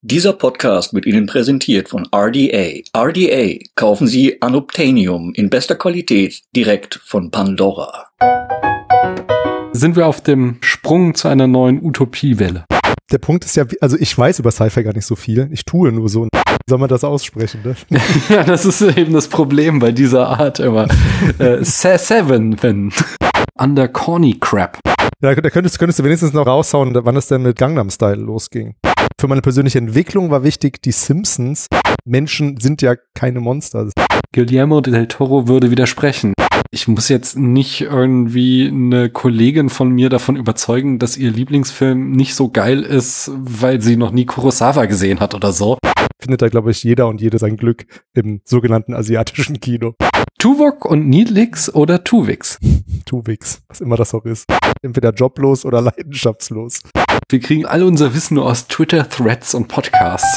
Dieser Podcast wird Ihnen präsentiert von RDA. RDA, kaufen Sie Unobtainium in bester Qualität direkt von Pandora. Sind wir auf dem Sprung zu einer neuen Utopiewelle? Der Punkt ist ja, also ich weiß über Sci-Fi gar nicht so viel. Ich tue nur so. Soll man das aussprechen, ne? Ja, das ist eben das Problem bei dieser Art immer. Seven, wenn. Under Corny Crap. Ja, da könntest du wenigstens noch raushauen, wann es denn mit Gangnam Style losging. Für meine persönliche Entwicklung war wichtig, die Simpsons. Menschen sind ja keine Monster. Guillermo del Toro würde widersprechen. Ich muss jetzt nicht irgendwie eine Kollegin von mir davon überzeugen, dass ihr Lieblingsfilm nicht so geil ist, weil sie noch nie Kurosawa gesehen hat oder so. Findet da, glaube ich, jeder und jede sein Glück im sogenannten asiatischen Kino. Tuvok und Needlix oder Tuvix? Tuvix, was immer das auch ist. Entweder joblos oder leidenschaftslos. Wir kriegen all unser Wissen nur aus Twitter, Threads und Podcasts.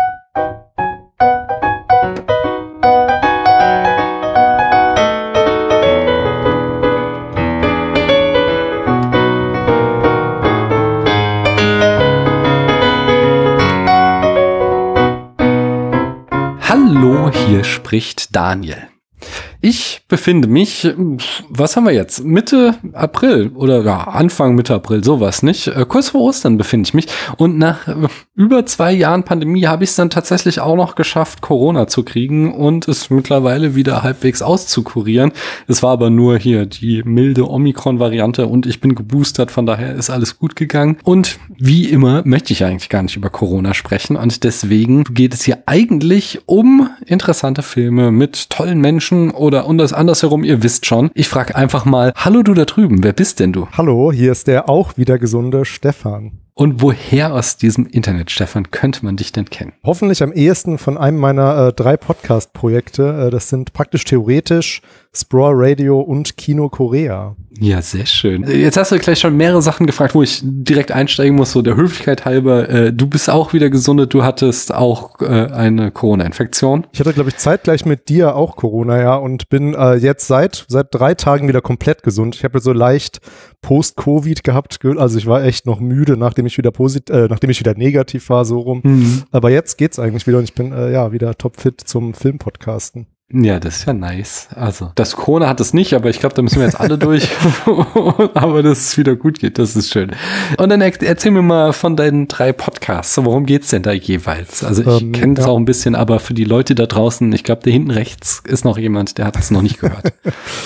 Hallo, hier spricht Daniel. Ich befinde mich, was haben wir jetzt? Mitte April oder ja, Anfang Mitte April, sowas, nicht? Kurz vor Ostern befinde ich mich und nach über 2 Jahren Pandemie habe ich es dann tatsächlich auch noch geschafft, Corona zu kriegen und es mittlerweile wieder halbwegs auszukurieren. Es war aber nur hier die milde Omikron-Variante und ich bin geboostert, von daher ist alles gut gegangen. Und wie immer möchte ich eigentlich gar nicht über Corona sprechen und deswegen geht es hier eigentlich um interessante Filme mit tollen Menschen oder und das andersherum, ihr wisst schon. Ich frage einfach mal, hallo du da drüben, wer bist denn du? Hallo, hier ist der auch wieder gesunde Stefan. Und woher aus diesem Internet, Stefan, könnte man dich denn kennen? Hoffentlich am ehesten von einem meiner 3 Podcast-Projekte. Das sind praktisch theoretisch Sprawl Radio und Kino Korea. Ja, sehr schön. Jetzt hast du gleich schon mehrere Sachen gefragt, wo ich direkt einsteigen muss, so der Höflichkeit halber. Du bist auch wieder gesundet, du hattest auch eine Corona-Infektion. Ich hatte, glaube ich, zeitgleich mit dir auch Corona, ja, und bin jetzt seit 3 Tagen wieder komplett gesund. Ich habe so leicht Post-Covid gehabt, also ich war echt noch müde, nachdem ich wieder negativ war, so rum. Mhm. Aber jetzt geht's eigentlich wieder und ich bin wieder topfit zum Filmpodcasten. Ja, das ist ja nice. Also, das Corona hat es nicht, aber ich glaube, da müssen wir jetzt alle durch. Aber dass es wieder gut geht, das ist schön. Und dann erzähl mir mal von deinen 3 Podcasts. Worum geht's denn da jeweils? Also ich kenne das auch ein bisschen, aber für die Leute da draußen, ich glaube, da hinten rechts ist noch jemand, der hat es noch nicht gehört.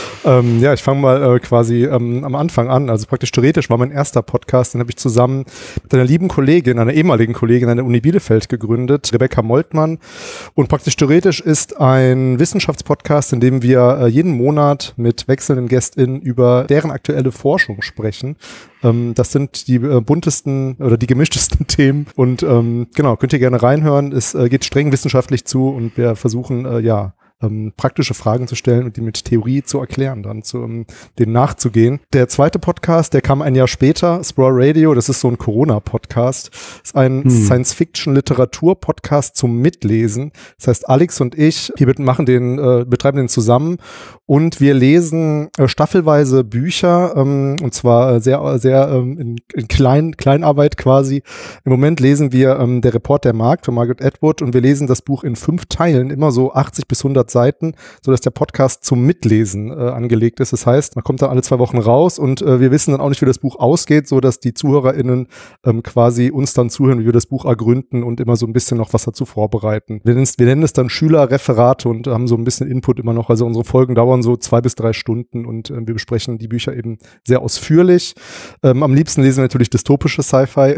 Ich fange mal quasi am Anfang an. Also praktisch theoretisch war mein erster Podcast, den habe ich zusammen mit einer lieben Kollegin, einer ehemaligen Kollegin an der Uni Bielefeld gegründet, Rebecca Moltmann. Und praktisch theoretisch ist ein Wissenschaftspodcast, in dem wir jeden Monat mit wechselnden GästInnen über deren aktuelle Forschung sprechen. Das sind die buntesten oder die gemischtesten Themen und könnt ihr gerne reinhören. Es geht streng wissenschaftlich zu und wir versuchen praktische Fragen zu stellen und die mit Theorie zu erklären, dann denen nachzugehen. Der zweite Podcast, der kam ein Jahr später, Sprawl Radio, das ist so ein Corona-Podcast. Das ist ein Science-Fiction-Literatur-Podcast zum Mitlesen. Das heißt, Alex und ich, wir betreiben den zusammen und wir lesen staffelweise Bücher, und zwar sehr, sehr in Kleinarbeit quasi. Im Moment lesen wir Der Report der Markt von Margaret Atwood und wir lesen das Buch in 5 Teilen, immer so 80 bis 100 Seiten, sodass der Podcast zum Mitlesen angelegt ist. Das heißt, man kommt dann alle 2 Wochen raus und wir wissen dann auch nicht, wie das Buch ausgeht, sodass die ZuhörerInnen quasi uns dann zuhören, wie wir das Buch ergründen und immer so ein bisschen noch was dazu vorbereiten. Wir nennen es dann Schülerreferate und haben so ein bisschen Input immer noch. Also unsere Folgen dauern so 2 bis 3 Stunden und wir besprechen die Bücher eben sehr ausführlich. Am liebsten lesen wir natürlich dystopische Sci-Fi.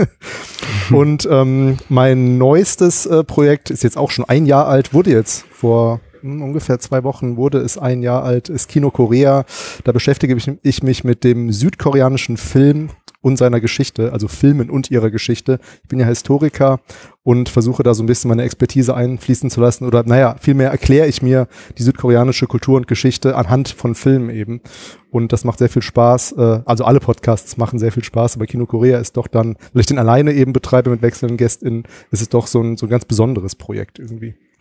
Und mein neuestes Projekt ist jetzt auch schon 1 Jahr alt, wurde jetzt vor ungefähr 2 Wochen wurde es 1 Jahr alt, ist Kino Korea. Da beschäftige ich mich mit dem südkoreanischen Film und seiner Geschichte, also Filmen und ihrer Geschichte. Ich bin ja Historiker und versuche da so ein bisschen meine Expertise einfließen zu lassen oder vielmehr erkläre ich mir die südkoreanische Kultur und Geschichte anhand von Filmen eben. Und das macht sehr viel Spaß. Also alle Podcasts machen sehr viel Spaß, aber Kino Korea ist doch dann, weil ich den alleine eben betreibe mit wechselnden GästInnen, ist es doch so ein ganz besonderes Projekt irgendwie.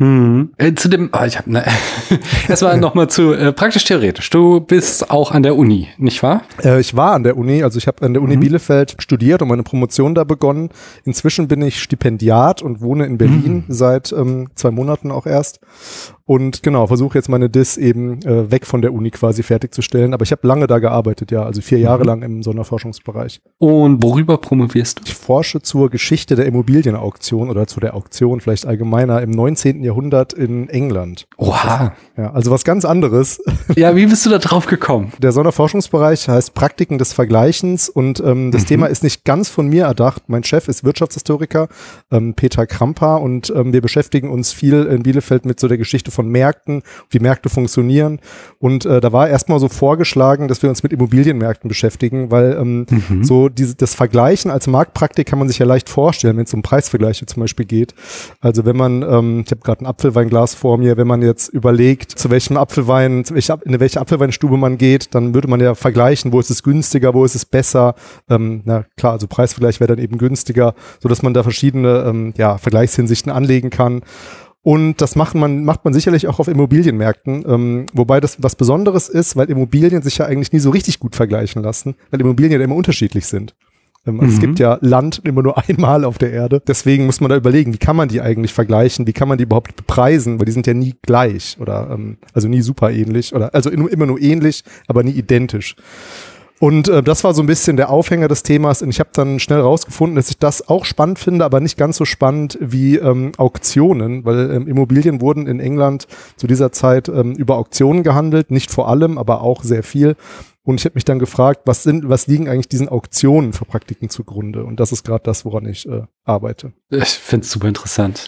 Zu dem, erstmal nochmal zu praktisch-theoretisch. Du bist auch an der Uni, nicht wahr? Ich war an der Uni, also ich habe an der Uni Bielefeld studiert und meine Promotion da begonnen. Inzwischen bin ich Stipendiat und wohne in Berlin seit 2 Monaten auch erst. Und genau, versuche jetzt meine Diss eben weg von der Uni quasi fertigzustellen. Aber ich habe lange da gearbeitet, ja, also 4 Jahre lang im Sonderforschungsbereich. Und worüber promovierst du? Ich forsche zur Geschichte der Immobilienauktion oder zu der Auktion vielleicht allgemeiner im 19. Jahrhundert in England. Oha. Ja, also was ganz anderes. Ja, wie bist du da drauf gekommen? Der Sonderforschungsbereich heißt Praktiken des Vergleichens und das Thema ist nicht ganz von mir erdacht. Mein Chef ist Wirtschaftshistoriker, Peter Krampa, und wir beschäftigen uns viel in Bielefeld mit so der Geschichte von Märkten, wie Märkte funktionieren. Und da war erstmal so vorgeschlagen, dass wir uns mit Immobilienmärkten beschäftigen, weil so das Vergleichen als Marktpraktik kann man sich ja leicht vorstellen, wenn es um Preisvergleiche zum Beispiel geht. Also wenn man, ich habe gerade ein Apfelweinglas vor mir, wenn man jetzt überlegt, zu welchem Apfelwein, in welche Apfelweinstube man geht, dann würde man ja vergleichen, wo ist es günstiger, wo ist es besser. Na klar, also Preisvergleich wäre dann eben günstiger, sodass man da verschiedene Vergleichshinsichten anlegen kann. Und das macht man sicherlich auch auf Immobilienmärkten, wobei das was Besonderes ist, weil Immobilien sich ja eigentlich nie so richtig gut vergleichen lassen, weil Immobilien ja immer unterschiedlich sind. Also es gibt ja Land immer nur einmal auf der Erde. Deswegen muss man da überlegen, wie kann man die eigentlich vergleichen, wie kann man die überhaupt bepreisen, weil die sind ja nie gleich oder also nie super ähnlich oder also immer nur ähnlich, aber nie identisch. Und das war so ein bisschen der Aufhänger des Themas und ich habe dann schnell rausgefunden, dass ich das auch spannend finde, aber nicht ganz so spannend wie Auktionen, weil Immobilien wurden in England zu dieser Zeit über Auktionen gehandelt, nicht vor allem, aber auch sehr viel. Und ich habe mich dann gefragt, was liegen eigentlich diesen Auktionen für Praktiken zugrunde? Und das ist gerade das, woran ich arbeite. Ich finde es super interessant.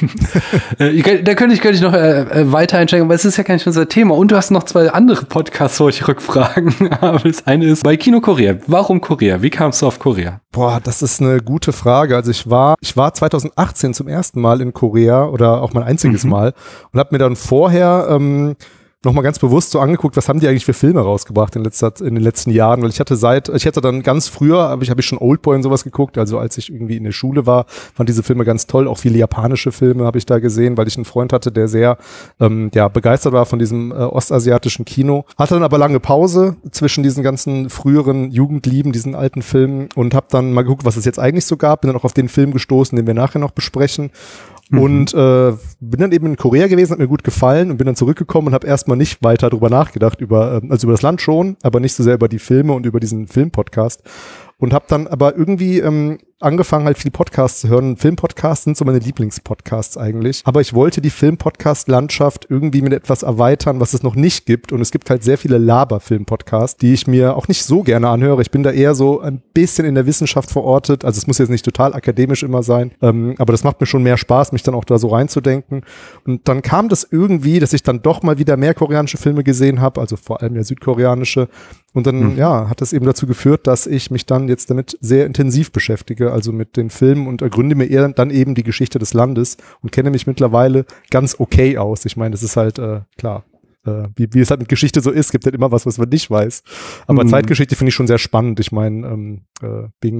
Da könnte ich noch weiter einsteigen, aber es ist ja gar nicht unser Thema. Und du hast noch 2 andere Podcasts, wo ich Rückfragen habe. Das eine ist bei Kino Korea. Warum Korea? Wie kamst du auf Korea? Boah, das ist eine gute Frage. Also ich war 2018 zum ersten Mal in Korea oder auch mein einziges Mal und habe mir dann vorher nochmal ganz bewusst so angeguckt, was haben die eigentlich für Filme rausgebracht in den letzten Jahren, weil ich hatte dann ganz früher, habe ich schon Oldboy und sowas geguckt, also als ich irgendwie in der Schule war, fand diese Filme ganz toll, auch viele japanische Filme habe ich da gesehen, weil ich einen Freund hatte, der sehr begeistert war von diesem ostasiatischen Kino, hatte dann aber lange Pause zwischen diesen ganzen früheren Jugendlieben, diesen alten Filmen und habe dann mal geguckt, was es jetzt eigentlich so gab, bin dann auch auf den Film gestoßen, den wir nachher noch besprechen. Und bin dann eben in Korea gewesen, hat mir gut gefallen und bin dann zurückgekommen und habe erstmal nicht weiter drüber nachgedacht, über das Land schon, aber nicht so sehr über die Filme und über diesen Filmpodcast. Und habe dann aber irgendwie angefangen, halt viel Podcasts zu hören. Filmpodcasts sind so meine Lieblingspodcasts eigentlich. Aber ich wollte die Filmpodcast-Landschaft irgendwie mit etwas erweitern, was es noch nicht gibt. Und es gibt halt sehr viele Laber-Film-Podcasts, die ich mir auch nicht so gerne anhöre. Ich bin da eher so ein bisschen in der Wissenschaft verortet. Also es muss jetzt nicht total akademisch immer sein. Aber das macht mir schon mehr Spaß, mich dann auch da so reinzudenken. Und dann kam das irgendwie, dass ich dann doch mal wieder mehr koreanische Filme gesehen habe. Also vor allem ja südkoreanische. Und dann, hat das eben dazu geführt, dass ich mich dann jetzt damit sehr intensiv beschäftige, also mit den Filmen und ergründe mir eher dann eben die Geschichte des Landes und kenne mich mittlerweile ganz okay aus. Ich meine, das ist halt, klar, wie es halt mit Geschichte so ist, gibt halt immer was man nicht weiß. Aber Zeitgeschichte finde ich schon sehr spannend. Ich meine, wegen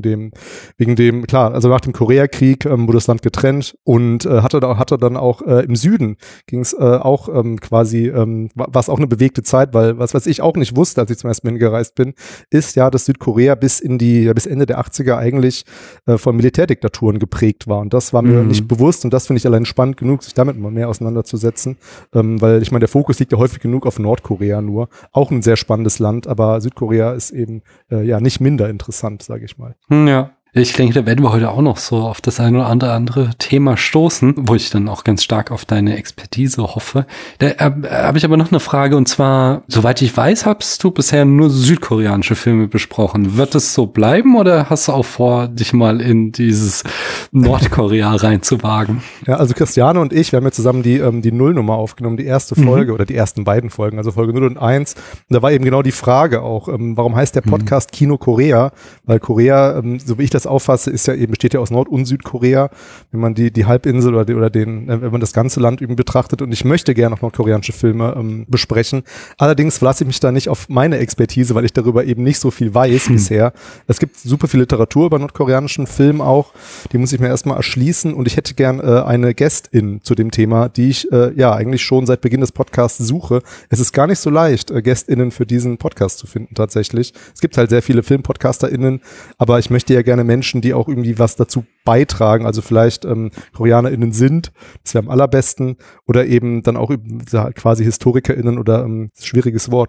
dem, klar, also nach dem Koreakrieg wurde das Land getrennt und hatte dann auch im Süden ging es auch quasi, war es auch eine bewegte Zeit, weil was ich auch nicht wusste, als ich zum ersten Mal hingereist bin, ist ja, dass Südkorea bis Ende der 80er eigentlich von Militärdiktaturen geprägt war. Und das war mir nicht bewusst und das finde ich allein spannend genug, sich damit mal mehr auseinanderzusetzen, weil ich meine, der Fokus liegt ja häufig genug auf Nordkorea nur. Auch ein sehr spannendes Land, aber Südkorea ist eben nicht minder interessant, sage ich mal. Ja. Ich denke, da werden wir heute auch noch so auf das eine oder andere Thema stoßen, wo ich dann auch ganz stark auf deine Expertise hoffe. Da habe ich aber noch eine Frage und zwar, soweit ich weiß, hast du bisher nur südkoreanische Filme besprochen. Wird es so bleiben oder hast du auch vor, dich mal in dieses Nordkorea reinzuwagen? Ja, also Christiane und ich, wir haben ja zusammen die Nullnummer aufgenommen, die erste Folge oder die ersten beiden Folgen, also Folge 0 und 1. Und da war eben genau die Frage auch, warum heißt der Podcast Kino Korea? Weil Korea, so wie ich das das auffasse, ist ja eben, besteht ja aus Nord- und Südkorea, wenn man die Halbinsel wenn man das ganze Land eben betrachtet. Und ich möchte gerne noch nordkoreanische Filme besprechen. Allerdings verlasse ich mich da nicht auf meine Expertise, weil ich darüber eben nicht so viel weiß bisher. Es gibt super viel Literatur über nordkoreanischen Film auch. Die muss ich mir erstmal erschließen. Und ich hätte gern eine Gästin zu dem Thema, die ich eigentlich schon seit Beginn des Podcasts suche. Es ist gar nicht so leicht, GästInnen für diesen Podcast zu finden tatsächlich. Es gibt halt sehr viele FilmpodcasterInnen, aber ich möchte ja gerne Menschen, die auch irgendwie was dazu beitragen, also vielleicht KoreanerInnen sind, das wäre am allerbesten, oder eben dann auch quasi HistorikerInnen oder schwieriges Wort,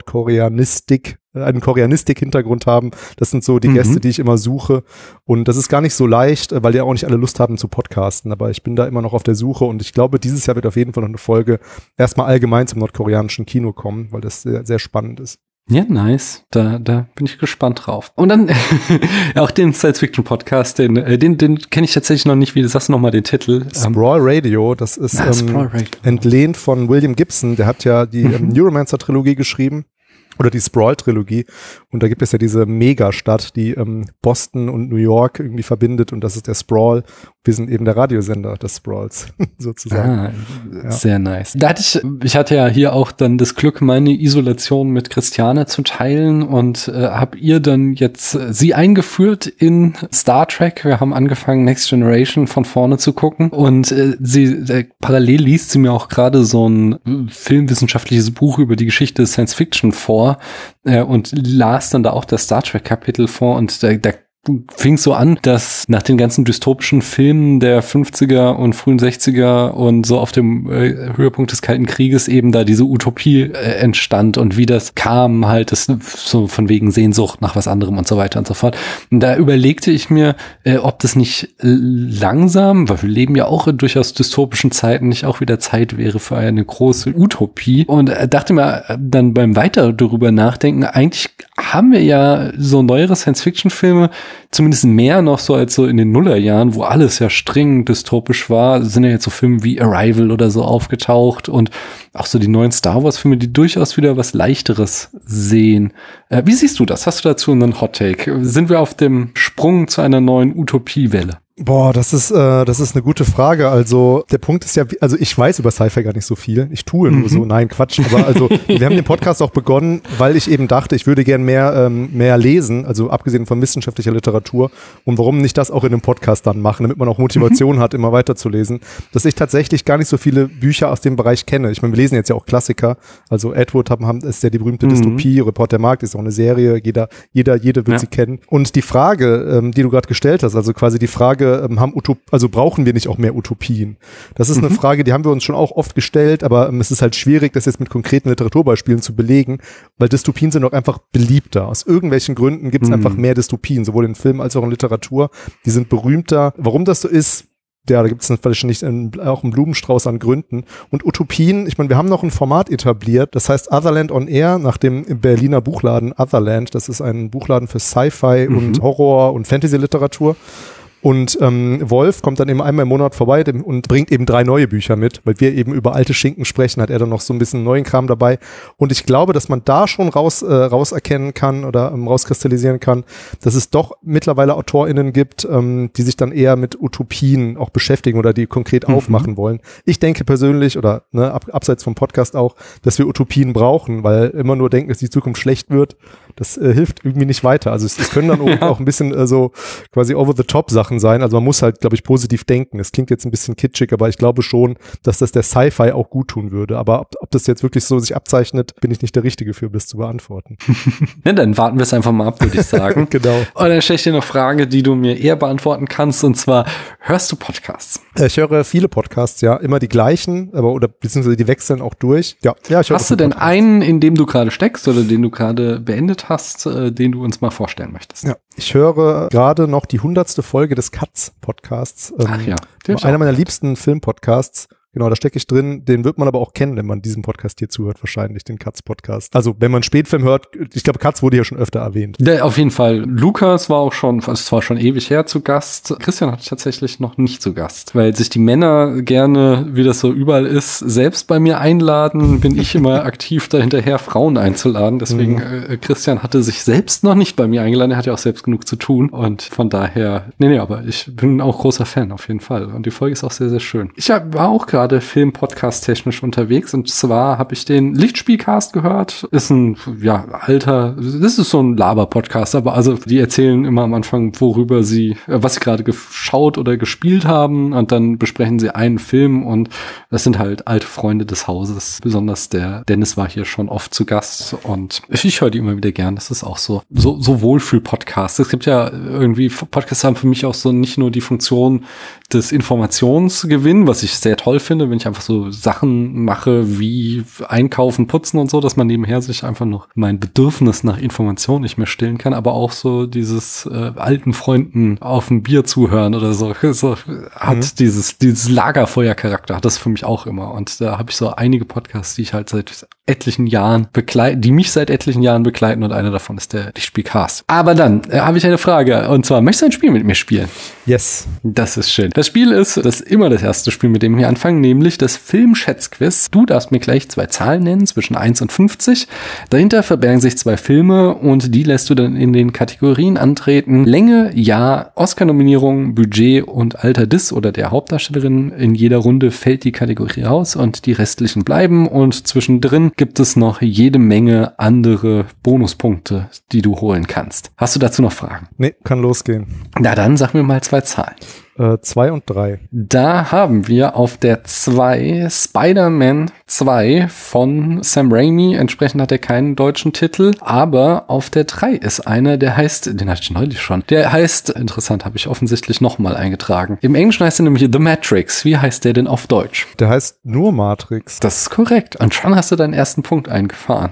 einen Koreanistik-Hintergrund haben. Das sind so die Gäste, die ich immer suche. Und das ist gar nicht so leicht, weil die auch nicht alle Lust haben zu podcasten. Aber ich bin da immer noch auf der Suche und ich glaube, dieses Jahr wird auf jeden Fall noch eine Folge erstmal allgemein zum nordkoreanischen Kino kommen, weil das sehr, sehr spannend ist. Ja, nice. Da bin ich gespannt drauf. Und dann auch den Science-Fiction-Podcast, den kenne ich tatsächlich noch nicht. Wie sagst du nochmal den Titel? Sprawl Radio, das ist Sprawl Radio. Entlehnt von William Gibson. Der hat ja die Neuromancer-Trilogie geschrieben. Oder die Sprawl-Trilogie. Und da gibt es ja diese Megastadt, die Boston und New York irgendwie verbindet. Und das ist der Sprawl. Wir sind eben der Radiosender des Sprawls, sozusagen. Sehr nice. Ich hatte ja hier auch dann das Glück, meine Isolation mit Christiane zu teilen und habe ihr dann jetzt sie eingeführt in Star Trek. Wir haben angefangen, Next Generation von vorne zu gucken. Und parallel liest sie mir auch gerade so ein filmwissenschaftliches Buch über die Geschichte des Science Fiction vor. Und las dann da auch das Star Trek Kapitel vor und da fing so an, dass nach den ganzen dystopischen Filmen der 50er und frühen 60er und so auf dem Höhepunkt des Kalten Krieges eben da diese Utopie entstand und wie das kam, halt das so von wegen Sehnsucht nach was anderem und so weiter und so fort. Und da überlegte ich mir, ob das nicht langsam, weil wir leben ja auch in durchaus dystopischen Zeiten, nicht auch wieder Zeit wäre für eine große Utopie. Und dachte mir dann beim weiter darüber nachdenken, eigentlich haben wir ja so neuere Science-Fiction-Filme, zumindest mehr noch so als so in den Nullerjahren, wo alles ja streng dystopisch war, sind ja jetzt so Filme wie Arrival oder so aufgetaucht und auch so die neuen Star Wars-Filme, die durchaus wieder was Leichteres sehen. Wie siehst du das? Hast du dazu einen Hot-Take? Sind wir auf dem Sprung zu einer neuen Utopiewelle? Boah, das ist eine gute Frage. Also der Punkt ist ja, also ich weiß über Sci-Fi gar nicht so viel. Ich tue nur so, nein, Quatsch. Aber also wir haben den Podcast auch begonnen, weil ich eben dachte, ich würde gern mehr lesen, also abgesehen von wissenschaftlicher Literatur. Und warum nicht das auch in einem Podcast dann machen, damit man auch Motivation hat, immer weiterzulesen. Dass ich tatsächlich gar nicht so viele Bücher aus dem Bereich kenne. Ich meine, wir lesen jetzt ja auch Klassiker. Also Edward ist ja die berühmte Dystopie, Report der Markt ist auch eine Serie. Jede wird sie kennen. Und die Frage, die du gerade gestellt hast, also quasi die Frage, brauchen wir nicht auch mehr Utopien? Das ist eine Frage, die haben wir uns schon auch oft gestellt, aber es ist halt schwierig, das jetzt mit konkreten Literaturbeispielen zu belegen, weil Dystopien sind auch einfach beliebter. Aus irgendwelchen Gründen gibt es einfach mehr Dystopien, sowohl in Film als auch in Literatur. Die sind berühmter. Warum das so ist, ja, da gibt es wahrscheinlich auch einen Blumenstrauß an Gründen. Und Utopien, ich meine, wir haben noch ein Format etabliert, das heißt Otherland on Air, nach dem Berliner Buchladen Otherland. Das ist ein Buchladen für Sci-Fi und Horror und Fantasy-Literatur. Und Wolf kommt dann eben einmal im Monat vorbei und bringt eben 3 neue Bücher mit, weil wir eben über alte Schinken sprechen, hat er dann noch so ein bisschen neuen Kram dabei. Und ich glaube, dass man da schon raus erkennen kann oder rauskristallisieren kann, dass es doch mittlerweile AutorInnen gibt, die sich dann eher mit Utopien auch beschäftigen oder die konkret aufmachen wollen. Ich denke persönlich, oder abseits vom Podcast auch, dass wir Utopien brauchen, weil immer nur denken, dass die Zukunft schlecht wird, das hilft irgendwie nicht weiter. Also es können dann auch ein bisschen so quasi over-the-top-Sachen sein. Also man muss halt, glaube ich, positiv denken. Es klingt jetzt ein bisschen kitschig, aber ich glaube schon, dass das der Sci-Fi auch gut tun würde. Aber ob das jetzt wirklich so sich abzeichnet, bin ich nicht der Richtige für, das zu beantworten. Ja, dann warten wir es einfach mal ab, würde ich sagen. Genau. Und dann stelle ich dir noch eine Frage, die du mir eher beantworten kannst, und zwar, hörst du Podcasts? Ich höre viele Podcasts, ja, immer die gleichen, beziehungsweise die wechseln auch durch. Ja, ich höre. Hast du denn einen, in dem du gerade steckst oder den du gerade beendet hast, den du uns mal vorstellen möchtest? Ja, ich höre gerade noch die 100. Folge des Katz-Podcasts. Ach ja. Einer meiner liebsten Filmpodcasts. Genau, da stecke ich drin. Den wird man aber auch kennen, wenn man diesem Podcast hier zuhört, wahrscheinlich, den Katz-Podcast. Also, wenn man Spätfilm hört, ich glaube, Katz wurde ja schon öfter erwähnt. Auf jeden Fall. Lukas war auch schon, es war schon ewig her, zu Gast. Christian hatte tatsächlich noch nicht zu Gast, weil sich die Männer gerne, wie das so überall ist, selbst bei mir einladen, bin ich immer aktiv dahinterher, Frauen einzuladen. Deswegen, Christian hatte sich selbst noch nicht bei mir eingeladen. Er hat ja auch selbst genug zu tun. Und von daher, aber ich bin auch großer Fan auf jeden Fall. Und die Folge ist auch sehr, sehr schön. Ich war auch gerade Film-Podcast-technisch unterwegs. Und zwar habe ich den Lichtspielcast gehört. Ist ein, das ist so ein Laber-Podcast. Aber also, die erzählen immer am Anfang, worüber was sie gerade geschaut oder gespielt haben. Und dann besprechen sie einen Film. Und das sind halt alte Freunde des Hauses. Besonders der Dennis war hier schon oft zu Gast. Und ich höre die immer wieder gern. Das ist auch so Wohlfühl-Podcast. Es gibt ja irgendwie, Podcasts haben für mich auch so nicht nur die Funktion des Informationsgewinn, was ich sehr toll finde, wenn ich einfach so Sachen mache wie Einkaufen, Putzen und so, dass man nebenher sich einfach noch mein Bedürfnis nach Information nicht mehr stillen kann, aber auch so dieses alten Freunden auf ein Bier zuhören oder so hat dieses Lagerfeuer-Charakter, hat das für mich auch immer. Und da habe ich so einige Podcasts, die ich halt seit etlichen Jahren die mich seit etlichen Jahren begleiten, und einer davon ist der Lichtspielcast. Aber dann habe ich eine Frage, und zwar, möchtest du ein Spiel mit mir spielen? Yes. Das ist schön. Das Spiel ist immer das erste Spiel, mit dem wir anfangen, nämlich das Film-Schätzquiz. Du darfst mir gleich 2 Zahlen nennen, zwischen 1 und 50. Dahinter verbergen sich 2 Filme, und die lässt du dann in den Kategorien antreten: Länge, Jahr, Oscar-Nominierung, Budget und Alter des oder der Hauptdarstellerin. In jeder Runde fällt die Kategorie raus und die restlichen bleiben, und zwischendrin gibt es noch jede Menge andere Bonuspunkte, die du holen kannst. Hast du dazu noch Fragen? Nee, kann losgehen. Na dann, sag mir mal 2 Zahlen. 2 und 3. Da haben wir auf der 2 Spider-Man 2 von Sam Raimi. Entsprechend hat er keinen deutschen Titel. Aber auf der 3 ist einer, der heißt, den hatte ich neulich schon, der heißt, interessant, habe ich offensichtlich nochmal eingetragen. Im Englischen heißt er nämlich The Matrix. Wie heißt der denn auf Deutsch? Der heißt nur Matrix. Das ist korrekt. Und schon hast du deinen ersten Punkt eingefahren.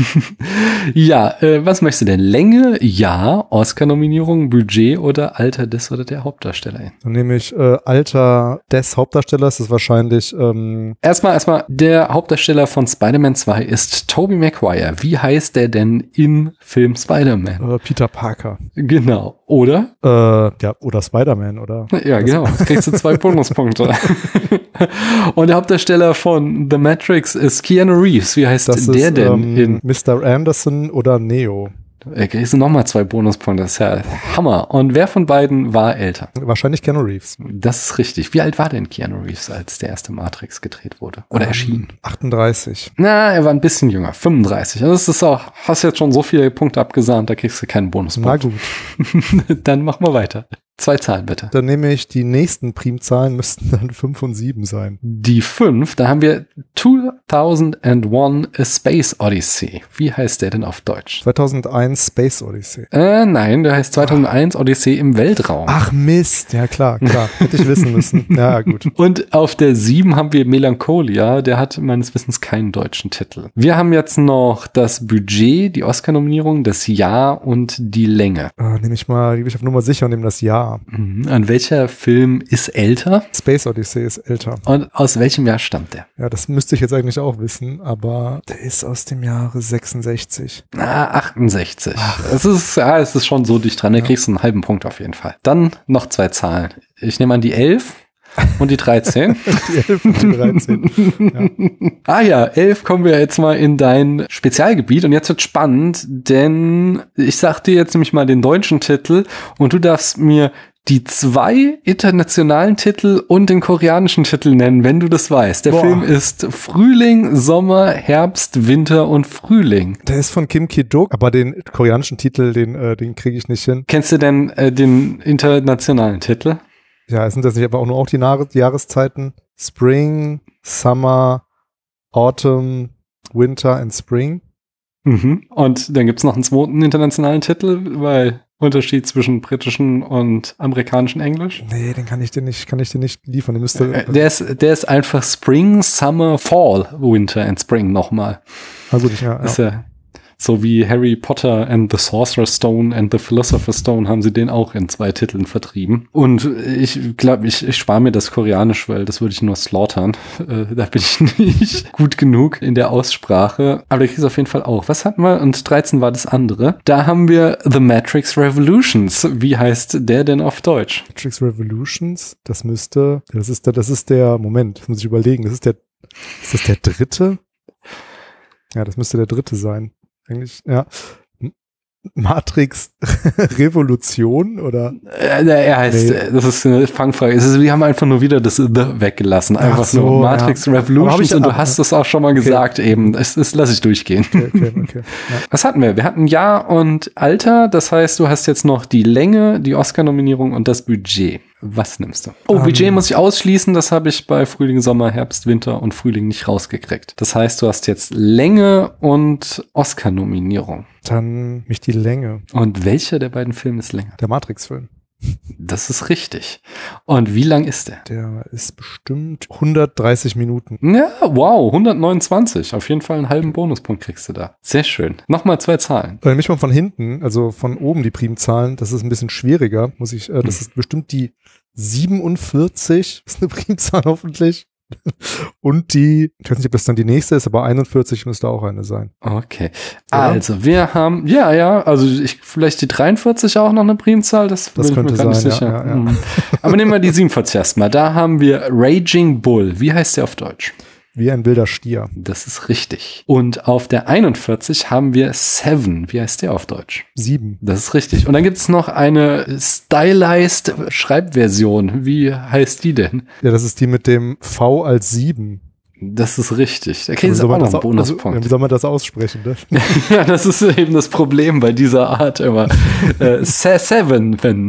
Ja, was möchtest du denn? Länge, Jahr, Oscar-Nominierung, Budget oder Alter des oder der Hauptdarstellerin? Dann nehme ich Alter des Hauptdarstellers, das ist wahrscheinlich Erstmal, der Hauptdarsteller von Spider-Man 2 ist Tobey Maguire. Wie heißt der denn im Film Spider-Man? Peter Parker. Genau. Oder? Oder Spider-Man, oder? Ja, genau. Jetzt kriegst du 2 Bonuspunkte. Und der Hauptdarsteller von The Matrix ist Keanu Reeves. Wie heißt der denn in Mr. Anderson oder Neo? Kriegst du nochmal 2 Bonuspunkte. Das ist ja Hammer. Und wer von beiden war älter? Wahrscheinlich Keanu Reeves. Das ist richtig. Wie alt war denn Keanu Reeves, als der erste Matrix gedreht wurde? Oder erschien? 38. Na, er war ein bisschen jünger. 35. Also das ist auch, hast jetzt schon so viele Punkte abgesahnt, da kriegst du keinen Bonuspunkt. Na gut. Dann machen wir weiter. 2 Zahlen bitte. Dann nehme ich die nächsten Primzahlen, müssten dann 5 und 7 sein. Die 5, da haben wir 2001 A Space Odyssey. Wie heißt der denn auf Deutsch? 2001 Space Odyssey. Nein, der heißt 2001 Odyssey im Weltraum. Ach Mist, ja klar. Hätte ich wissen müssen. Ja, gut. Und auf der 7 haben wir Melancholia, der hat meines Wissens keinen deutschen Titel. Wir haben jetzt noch das Budget, die Oscar-Nominierung, das Jahr und die Länge. Nehme ich auf Nummer sicher und nehme das Jahr. An welcher Film ist älter? Space Odyssey ist älter. Und aus welchem Jahr stammt der? Ja, das müsste ich jetzt eigentlich auch wissen, aber der ist aus dem Jahre 66. 68. Es ist schon so dicht dran, da kriegst du einen halben Punkt auf jeden Fall. Dann noch 2 Zahlen. Ich nehme an die 11 und die 13. Die 11 und die 13. Ja. 11 kommen wir jetzt mal in dein Spezialgebiet, und jetzt wird spannend, denn ich sag dir jetzt nämlich mal den deutschen Titel und du darfst mir die 2 internationalen Titel und den koreanischen Titel nennen, wenn du das weißt. Der Film ist Frühling, Sommer, Herbst, Winter und Frühling. Der ist von Kim Ki-duk, aber den koreanischen Titel, den kriege ich nicht hin. Kennst du denn den internationalen Titel? Ja, sind das nicht aber auch die Jahreszeiten? Spring, Summer, Autumn, Winter and Spring. Und dann gibt's noch einen 2. internationalen Titel, weil Unterschied zwischen britischen und amerikanischen Englisch? Nee, den kann ich dir nicht liefern. Der ist einfach Spring, Summer, Fall, Winter and Spring nochmal. Ah, gut, ja. So wie Harry Potter and the Sorcerer's Stone and the Philosopher's Stone haben sie den auch in 2 Titeln vertrieben. Und ich glaube, ich spare mir das Koreanisch, weil das würde ich nur slaughtern. Da bin ich nicht gut genug in der Aussprache. Aber der kriegt es auf jeden Fall auch. Was hatten wir? Und 13 war das andere. Da haben wir The Matrix Revolutions. Wie heißt der denn auf Deutsch? Matrix Revolutions, das ist der, Moment, das muss ich überlegen, ist das der dritte? Ja, das müsste der dritte sein. Eigentlich, ja. Matrix Revolution oder? Er heißt, das ist eine Fangfrage. Wir haben einfach nur wieder das The weggelassen. Einfach so, nur Matrix Revolutions und du hast es auch schon mal gesagt eben. Das lasse ich durchgehen. Okay. Ja. Was hatten wir? Wir hatten Jahr und Alter. Das heißt, du hast jetzt noch die Länge, die Oscar-Nominierung und das Budget. Was nimmst du? Oh, Budget muss ich ausschließen. Das habe ich bei Frühling, Sommer, Herbst, Winter und Frühling nicht rausgekriegt. Das heißt, du hast jetzt Länge und Oscar-Nominierung. Dann mich die Länge. Und welcher der beiden Filme ist länger? Der Matrix-Film. Das ist richtig. Und wie lang ist der? Der ist bestimmt 130 Minuten. Ja, wow, 129. Auf jeden Fall einen halben Bonuspunkt kriegst du da. Sehr schön. Nochmal 2 Zahlen. Mich mal von hinten, also von oben die Primzahlen, das ist ein bisschen schwieriger, das ist bestimmt die 47, ist eine Primzahl hoffentlich. Und ich weiß nicht, ob das dann die nächste ist, aber 41 müsste auch eine sein. Okay. Also, wir haben, also vielleicht die 43 auch noch eine Primzahl, das bin ich mir gar nicht sicher. Ja. Aber nehmen wir die 47 erstmal. Da haben wir Raging Bull. Wie heißt der auf Deutsch? Wie ein wilder Stier. Das ist richtig. Und auf der 41 haben wir Seven. Wie heißt der auf Deutsch? 7. Das ist richtig. Und dann gibt es noch eine stylized Schreibversion. Wie heißt die denn? Ja, das ist die mit dem V als 7. Das ist richtig. Da kriegst du auch noch einen Bonuspunkt. Wie soll man das aussprechen? Ne? Ja, das ist eben das Problem bei dieser Art immer. Seven, wenn.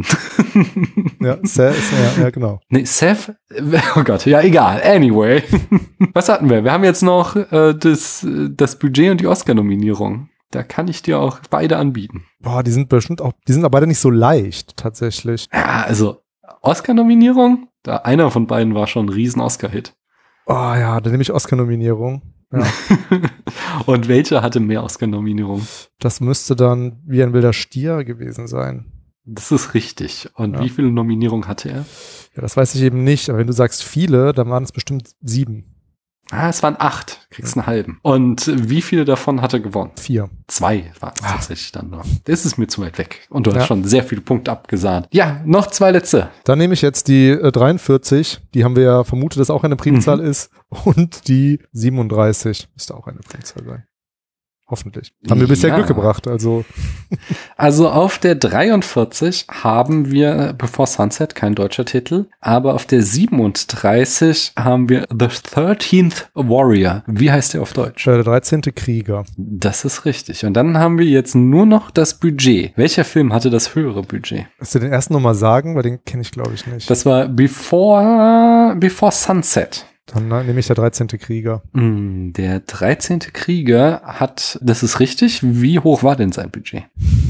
Ja, genau. Nee, Sev, oh Gott, ja, egal. Anyway. Was hatten wir? Wir haben jetzt noch das Budget und die Oscar-Nominierung. Da kann ich dir auch beide anbieten. Boah, die sind aber beide nicht so leicht, tatsächlich. Ja, also Oscar-Nominierung, einer von beiden war schon ein Riesen-Oscar-Hit. Oh ja, dann nehme ich Oscar-Nominierung. Ja. Und welcher hatte mehr Oscar-Nominierung? Das müsste dann Wie ein wilder Stier gewesen sein. Das ist richtig. Und wie viele Nominierungen hatte er? Ja, das weiß ich eben nicht. Aber wenn du sagst viele, dann waren es bestimmt 7. Es waren 8. Kriegst einen halben. Und wie viele davon hat er gewonnen? 4. 2 waren es tatsächlich dann noch. Das ist mir zu weit weg. Und du hast schon sehr viele Punkte abgesahnt. Ja, noch 2 letzte. Dann nehme ich jetzt die 43. Die haben wir ja vermutet, dass auch eine Primzahl ist. Und die 37 müsste auch eine Primzahl sein. Hoffentlich. Haben wir bisher Glück gebracht, also. Also auf der 43 haben wir Before Sunset, kein deutscher Titel, aber auf der 37 haben wir The 13th Warrior. Wie heißt der auf Deutsch? Der 13. Krieger. Das ist richtig. Und dann haben wir jetzt nur noch das Budget. Welcher Film hatte das höhere Budget? Willst du den ersten nochmal sagen? Weil den kenne ich, glaube ich, nicht. Das war Before Sunset. Dann nehme ich der 13. Krieger. Der 13. Krieger hat, das ist richtig, wie hoch war denn sein Budget?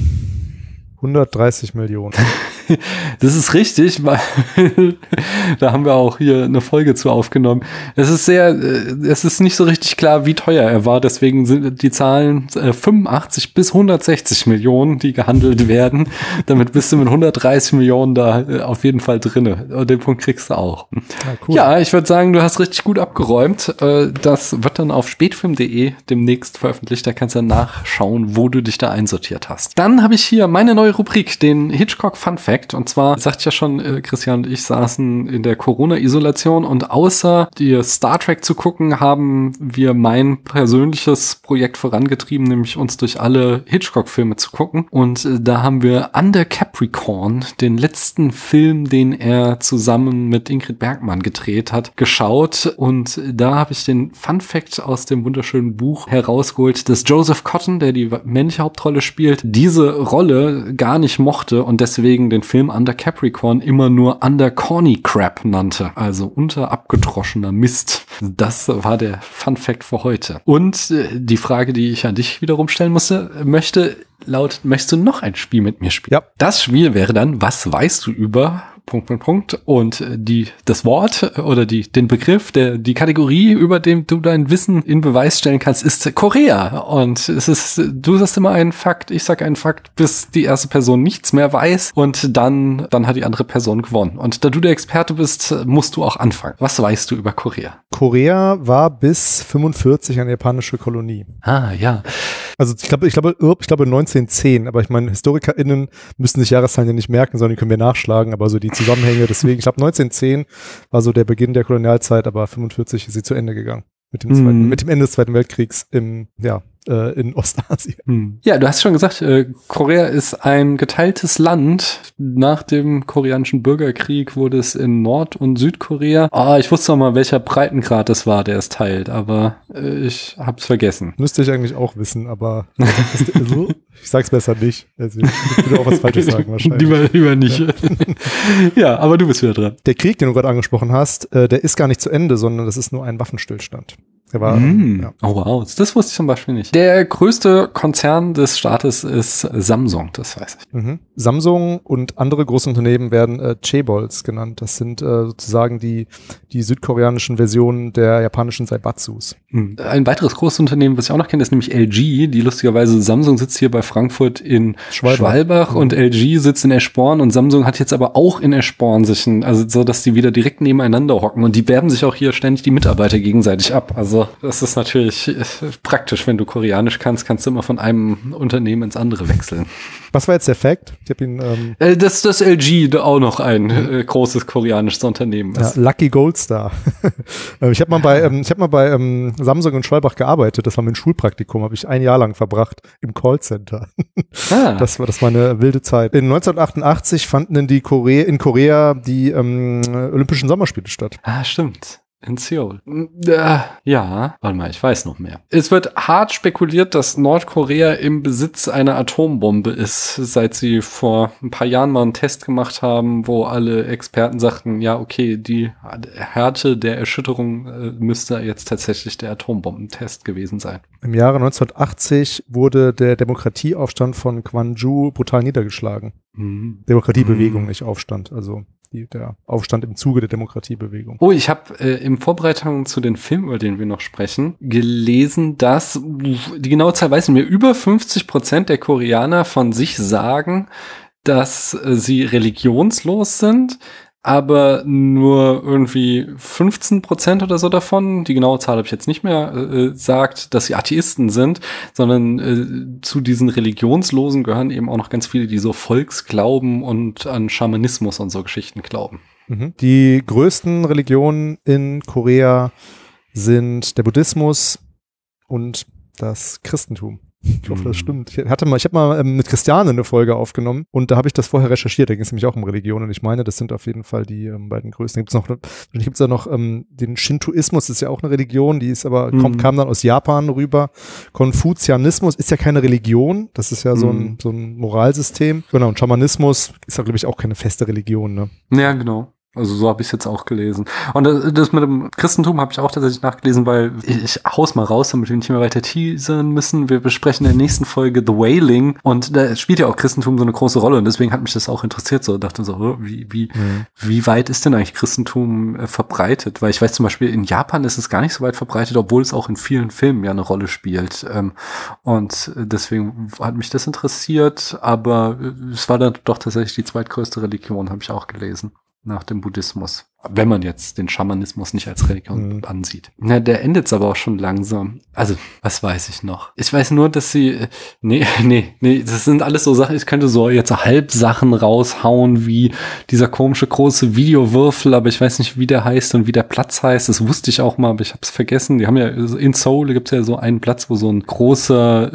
130 Millionen. Das ist richtig, weil da haben wir auch hier eine Folge zu aufgenommen. Es ist nicht so richtig klar, wie teuer er war. Deswegen sind die Zahlen 85 bis 160 Millionen, die gehandelt werden. Damit bist du mit 130 Millionen da auf jeden Fall drinne. Und den Punkt kriegst du auch. Cool. Ja, ich würde sagen, du hast richtig gut abgeräumt. Das wird dann auf spätfilm.de demnächst veröffentlicht. Da kannst du nachschauen, wo du dich da einsortiert hast. Dann habe ich hier meine neue Rubrik, den Hitchcock Fun Fact. Und zwar, sagte ich ja schon, Christian und ich saßen in der Corona-Isolation und außer dir Star Trek zu gucken, haben wir mein persönliches Projekt vorangetrieben, nämlich uns durch alle Hitchcock-Filme zu gucken. Und da haben wir Under Capricorn, den letzten Film, den er zusammen mit Ingrid Bergman gedreht hat, geschaut. Und da habe ich den Fun Fact aus dem wunderschönen Buch herausgeholt, dass Joseph Cotton, der die männliche Hauptrolle spielt, diese Rolle gar nicht mochte und deswegen den Film Under Capricorn immer nur Under Corny Crap nannte, also unter abgedroschener Mist. Das war der Fun Fact für heute. Und die Frage, die ich an dich wiederum stellen möchtest du noch ein Spiel mit mir spielen? Ja. Das Spiel wäre dann, was weißt du über Und das Wort oder den Begriff, die Kategorie, über dem du dein Wissen in Beweis stellen kannst, ist Korea. Und du sagst immer einen Fakt, ich sag einen Fakt, bis die erste Person nichts mehr weiß und dann hat die andere Person gewonnen. Und da du der Experte bist, musst du auch anfangen. Was weißt du über Korea? Korea war bis 45 eine japanische Kolonie. Ah, ja. Also ich glaube 1910, aber ich meine, HistorikerInnen müssen sich Jahreszahlen ja nicht merken, sondern die können wir nachschlagen, aber so die Zusammenhänge, deswegen, ich glaube 1910 war so der Beginn der Kolonialzeit, aber 45 ist sie zu Ende gegangen. Mit dem Ende des Zweiten Weltkriegs in Ostasien. Ja, du hast schon gesagt, Korea ist ein geteiltes Land. Nach dem koreanischen Bürgerkrieg wurde es in Nord- und Südkorea. Ich wusste noch mal, welcher Breitengrad es war, der es teilt, aber ich hab's vergessen. Müsste ich eigentlich auch wissen, aber ich sag's besser nicht. Also ich würde auch was Falsches sagen wahrscheinlich. Lieber nicht. Ja, aber du bist wieder dran. Der Krieg, den du gerade angesprochen hast, der ist gar nicht zu Ende, sondern das ist nur ein Waffenstillstand. Der war, ja. Oh wow, das wusste ich zum Beispiel nicht. Der größte Konzern des Staates ist Samsung, das weiß ich. Samsung und andere große Unternehmen werden Chaebols genannt. Das sind sozusagen die südkoreanischen Versionen der japanischen Saibatsus. Ein weiteres großes Unternehmen, was ich auch noch kenne, ist nämlich LG. Die lustigerweise, Samsung sitzt hier bei Frankfurt in Schwalbach und LG sitzt in Eschborn und Samsung hat jetzt aber auch in Eschborn also so, dass die wieder direkt nebeneinander hocken und die werben sich auch hier ständig die Mitarbeiter gegenseitig ab. Also das ist natürlich praktisch, wenn du Koreanisch kannst du immer von einem Unternehmen ins andere wechseln. Was war jetzt der Fact? Ich habe ihn dass das LG auch noch ein großes koreanisches Unternehmen ist. Ja, Lucky Goldstar. Ich habe mal bei Samsung in Schwalbach gearbeitet. Das war mein Schulpraktikum, habe ich ein Jahr lang verbracht im Callcenter. Das war eine wilde Zeit. In 1988 fanden in Korea die Olympischen Sommerspiele statt. Ah, stimmt. In Seoul. Ja, warte mal, ich weiß noch mehr. Es wird hart spekuliert, dass Nordkorea im Besitz einer Atombombe ist, seit sie vor ein paar Jahren mal einen Test gemacht haben, wo alle Experten sagten, ja, okay, die Härte der Erschütterung müsste jetzt tatsächlich der Atombombentest gewesen sein. Im Jahre 1980 wurde der Demokratieaufstand von Gwangju brutal niedergeschlagen. Demokratiebewegung, nicht Aufstand, also der Aufstand im Zuge der Demokratiebewegung. Oh, ich habe in Vorbereitung zu den Filmen, über den wir noch sprechen, gelesen, dass, die genaue Zahl weiß ich nicht mehr, über 50% der Koreaner von sich sagen, dass sie religionslos sind, aber nur irgendwie 15% oder so davon, die genaue Zahl habe ich jetzt nicht mehr, sagt, dass sie Atheisten sind, sondern zu diesen Religionslosen gehören eben auch noch ganz viele, die so Volksglauben und an Schamanismus und so Geschichten glauben. Die größten Religionen in Korea sind der Buddhismus und das Christentum. Ich hoffe, das stimmt. Ich habe mal mit Christiane eine Folge aufgenommen und da habe ich das vorher recherchiert. Da ging es nämlich auch um Religion und ich meine, das sind auf jeden Fall die beiden größten. Gibt's da noch den Shintoismus, das ist ja auch eine Religion, die ist aber kam dann aus Japan rüber. Konfuzianismus ist ja keine Religion, das ist ja so ein Moralsystem. Genau, und Schamanismus ist ja, glaube ich, auch keine feste Religion, ne? Ja, genau. Also so habe ich es jetzt auch gelesen. Und das mit dem Christentum habe ich auch tatsächlich nachgelesen, weil ich hau's mal raus, damit wir nicht mehr weiter teasern müssen. Wir besprechen in der nächsten Folge The Wailing und da spielt ja auch Christentum so eine große Rolle und deswegen hat mich das auch interessiert. So dachte so, wie weit ist denn eigentlich Christentum verbreitet? Weil ich weiß zum Beispiel, in Japan ist es gar nicht so weit verbreitet, obwohl es auch in vielen Filmen ja eine Rolle spielt. Und deswegen hat mich das interessiert, aber es war dann doch tatsächlich die zweitgrößte Religion, habe ich auch gelesen. Nach dem Buddhismus. Wenn man jetzt den Schamanismus nicht als Religion ansieht. Na, der endet es aber auch schon langsam. Also, was weiß ich noch? Ich weiß nur, dass sie, nee, das sind alles so Sachen, ich könnte so jetzt Halbsachen raushauen, wie dieser komische große Videowürfel, aber ich weiß nicht, wie der heißt und wie der Platz heißt. Das wusste ich auch mal, aber ich habe es vergessen. Die haben ja, in Seoul gibt's ja so einen Platz, wo so ein großer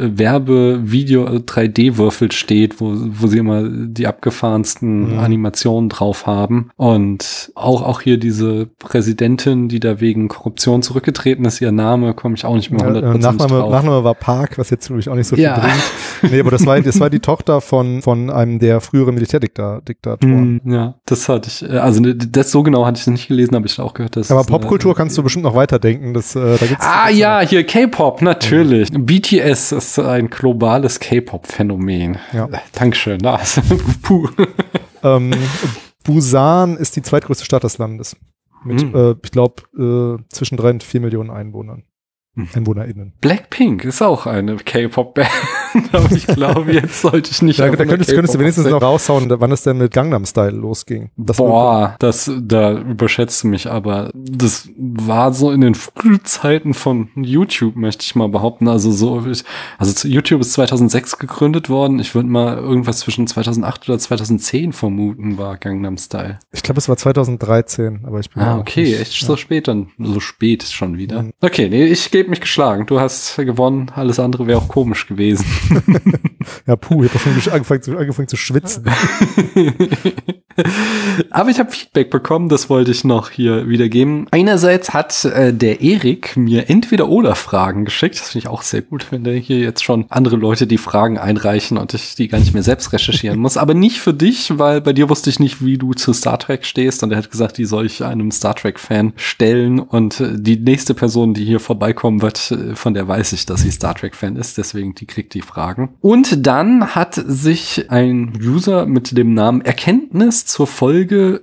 Werbe-Video-3D-Würfel steht, wo sie immer die abgefahrensten Animationen drauf haben. Und auch hier diese Präsidentin, die da wegen Korruption zurückgetreten ist, ihr Name, komme ich auch nicht mehr 100% drauf. Nachname war Park, was jetzt natürlich auch nicht so viel bringt. Nee, aber das war die Tochter von einem der früheren Militärdiktatoren. Ja, das hatte ich, also das so genau hatte ich nicht gelesen, habe ich auch gehört. Dass aber Popkultur kannst du bestimmt noch weiterdenken. Da gibt's hier K-Pop, natürlich. BTS ist ein globales K-Pop-Phänomen. Ja. Dankeschön. Puh. Busan ist die zweitgrößte Stadt des Landes. Mit, ich glaube, zwischen 3 und 4 Millionen Einwohnern. EinwohnerInnen. Blackpink ist auch eine K-Pop-Band, aber ich glaube, jetzt sollte ich nicht. Da könntest du wenigstens noch raushauen, wann es denn mit Gangnam Style losging. Da überschätzt du mich, aber das war so in den Frühzeiten von YouTube, möchte ich mal behaupten. Also YouTube ist 2006 gegründet worden. Ich würde mal irgendwas zwischen 2008 oder 2010 vermuten, war Gangnam Style. Ich glaube, es war 2013, aber ich bin okay, nicht, echt so spät dann, so spät schon wieder. Okay, nee, ich gebe mich geschlagen. Du hast gewonnen. Alles andere wäre auch komisch gewesen. Ja, ich habe doch schon angefangen zu schwitzen. Aber ich habe Feedback bekommen, das wollte ich noch hier wiedergeben. Einerseits hat der Erik mir Entweder-Oder-Fragen geschickt. Das finde ich auch sehr gut, wenn der hier jetzt schon andere Leute die Fragen einreichen und ich die gar nicht mehr selbst recherchieren muss. Aber nicht für dich, weil bei dir wusste ich nicht, wie du zu Star Trek stehst. Und er hat gesagt, die soll ich einem Star Trek-Fan stellen. Und die nächste Person, die hier vorbeikommen wird, von der weiß ich, dass sie Star Trek-Fan ist. Deswegen, die kriegt die Fragen. Und dann hat sich ein User mit dem Namen Erkenntnis zur Folge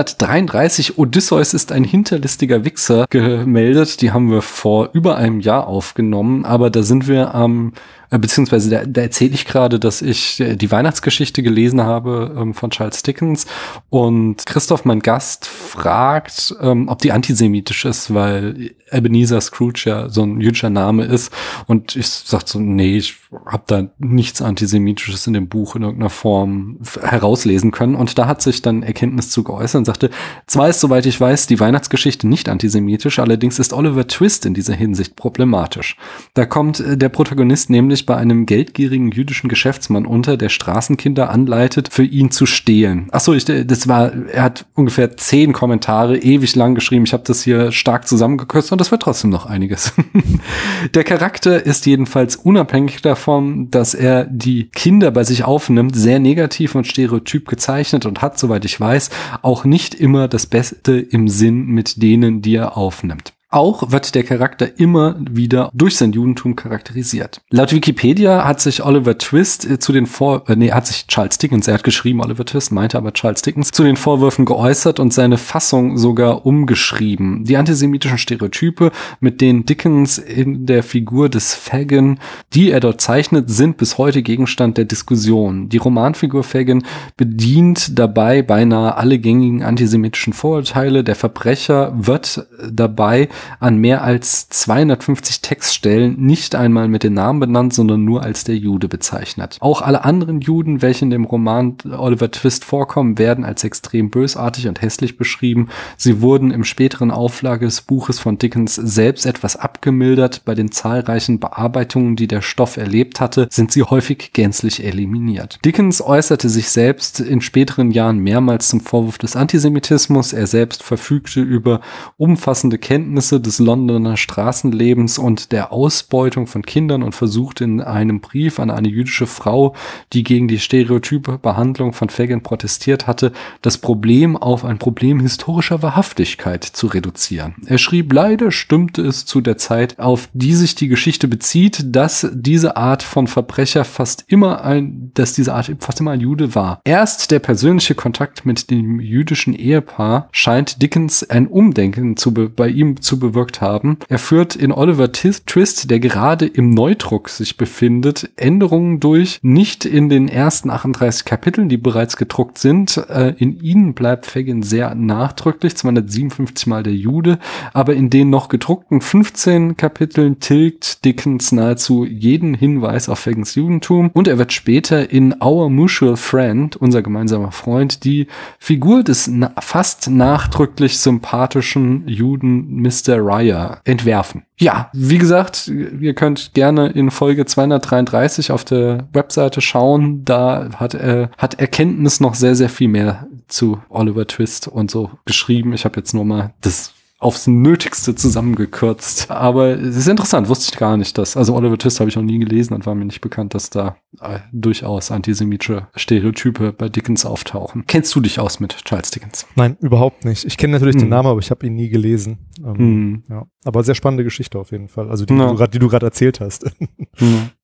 233 Odysseus ist ein hinterlistiger Wichser gemeldet. Die haben wir vor über einem Jahr aufgenommen, aber da sind wir beziehungsweise da erzähle ich gerade, dass ich die Weihnachtsgeschichte gelesen habe von Charles Dickens und Christoph, mein Gast, fragt, ob die antisemitisch ist, weil Ebenezer Scrooge ja so ein jüdischer Name ist und ich sag so, nee, ich habe da nichts Antisemitisches in dem Buch in irgendeiner Form herauslesen können und da hat sich dann Erkenntnis zu geäußert und sagte, zwar ist, soweit ich weiß, die Weihnachtsgeschichte nicht antisemitisch, allerdings ist Oliver Twist in dieser Hinsicht problematisch. Da kommt der Protagonist nämlich bei einem geldgierigen jüdischen Geschäftsmann unter, der Straßenkinder anleitet, für ihn zu stehlen. Achso, er hat ungefähr 10 Kommentare ewig lang geschrieben. Ich habe das hier stark zusammengekürzt und das wird trotzdem noch einiges. Der Charakter ist jedenfalls unabhängig davon, dass er die Kinder bei sich aufnimmt, sehr negativ und stereotyp gezeichnet und hat, soweit ich weiß, auch nicht immer das Beste im Sinn mit denen, die er aufnimmt. Auch wird der Charakter immer wieder durch sein Judentum charakterisiert. Laut Wikipedia hat sich Oliver Twist hat sich Charles Dickens, er hat geschrieben Oliver Twist, meinte aber Charles Dickens, zu den Vorwürfen geäußert und seine Fassung sogar umgeschrieben. Die antisemitischen Stereotype, mit denen Dickens in der Figur des Fagin, die er dort zeichnet, sind bis heute Gegenstand der Diskussion. Die Romanfigur Fagin bedient dabei beinahe alle gängigen antisemitischen Vorurteile. Der Verbrecher wird dabei an mehr als 250 Textstellen nicht einmal mit den Namen benannt, sondern nur als der Jude bezeichnet. Auch alle anderen Juden, welche in dem Roman Oliver Twist vorkommen, werden als extrem bösartig und hässlich beschrieben. Sie wurden im späteren Auflage des Buches von Dickens selbst etwas abgemildert. Bei den zahlreichen Bearbeitungen, die der Stoff erlebt hatte, sind sie häufig gänzlich eliminiert. Dickens äußerte sich selbst in späteren Jahren mehrmals zum Vorwurf des Antisemitismus. Er selbst verfügte über umfassende Kenntnisse des Londoner Straßenlebens und der Ausbeutung von Kindern und versuchte in einem Brief an eine jüdische Frau, die gegen die stereotype Behandlung von Fagin protestiert hatte, das Problem auf ein Problem historischer Wahrhaftigkeit zu reduzieren. Er schrieb, leider stimmte es zu der Zeit, auf die sich die Geschichte bezieht, dass diese Art von Verbrecher fast immer ein Jude war. Erst der persönliche Kontakt mit dem jüdischen Ehepaar scheint Dickens ein Umdenken bei ihm zu bewirkt haben. Er führt in Oliver Twist, der gerade im Neudruck sich befindet, Änderungen durch, nicht in den ersten 38 Kapiteln, die bereits gedruckt sind. In ihnen bleibt Fagin sehr nachdrücklich, 257 Mal der Jude, aber in den noch gedruckten 15 Kapiteln tilgt Dickens nahezu jeden Hinweis auf Fagins Judentum und er wird später in Our Mutual Friend, unser gemeinsamer Freund, die Figur des fast nachdrücklich sympathischen Juden Mr. Ryer entwerfen. Ja, wie gesagt, ihr könnt gerne in Folge 233 auf der Webseite schauen. Da hat Erkenntnis noch sehr, sehr viel mehr zu Oliver Twist und so geschrieben. Ich habe jetzt nur mal das aufs Nötigste zusammengekürzt. Aber es ist interessant, wusste ich gar nicht, also Oliver Twist habe ich noch nie gelesen und war mir nicht bekannt, dass da durchaus antisemitische Stereotype bei Dickens auftauchen. Kennst du dich aus mit Charles Dickens? Nein, überhaupt nicht. Ich kenne natürlich den Namen, aber ich habe ihn nie gelesen. Ja. Aber sehr spannende Geschichte auf jeden Fall, also die du gerade erzählt hast.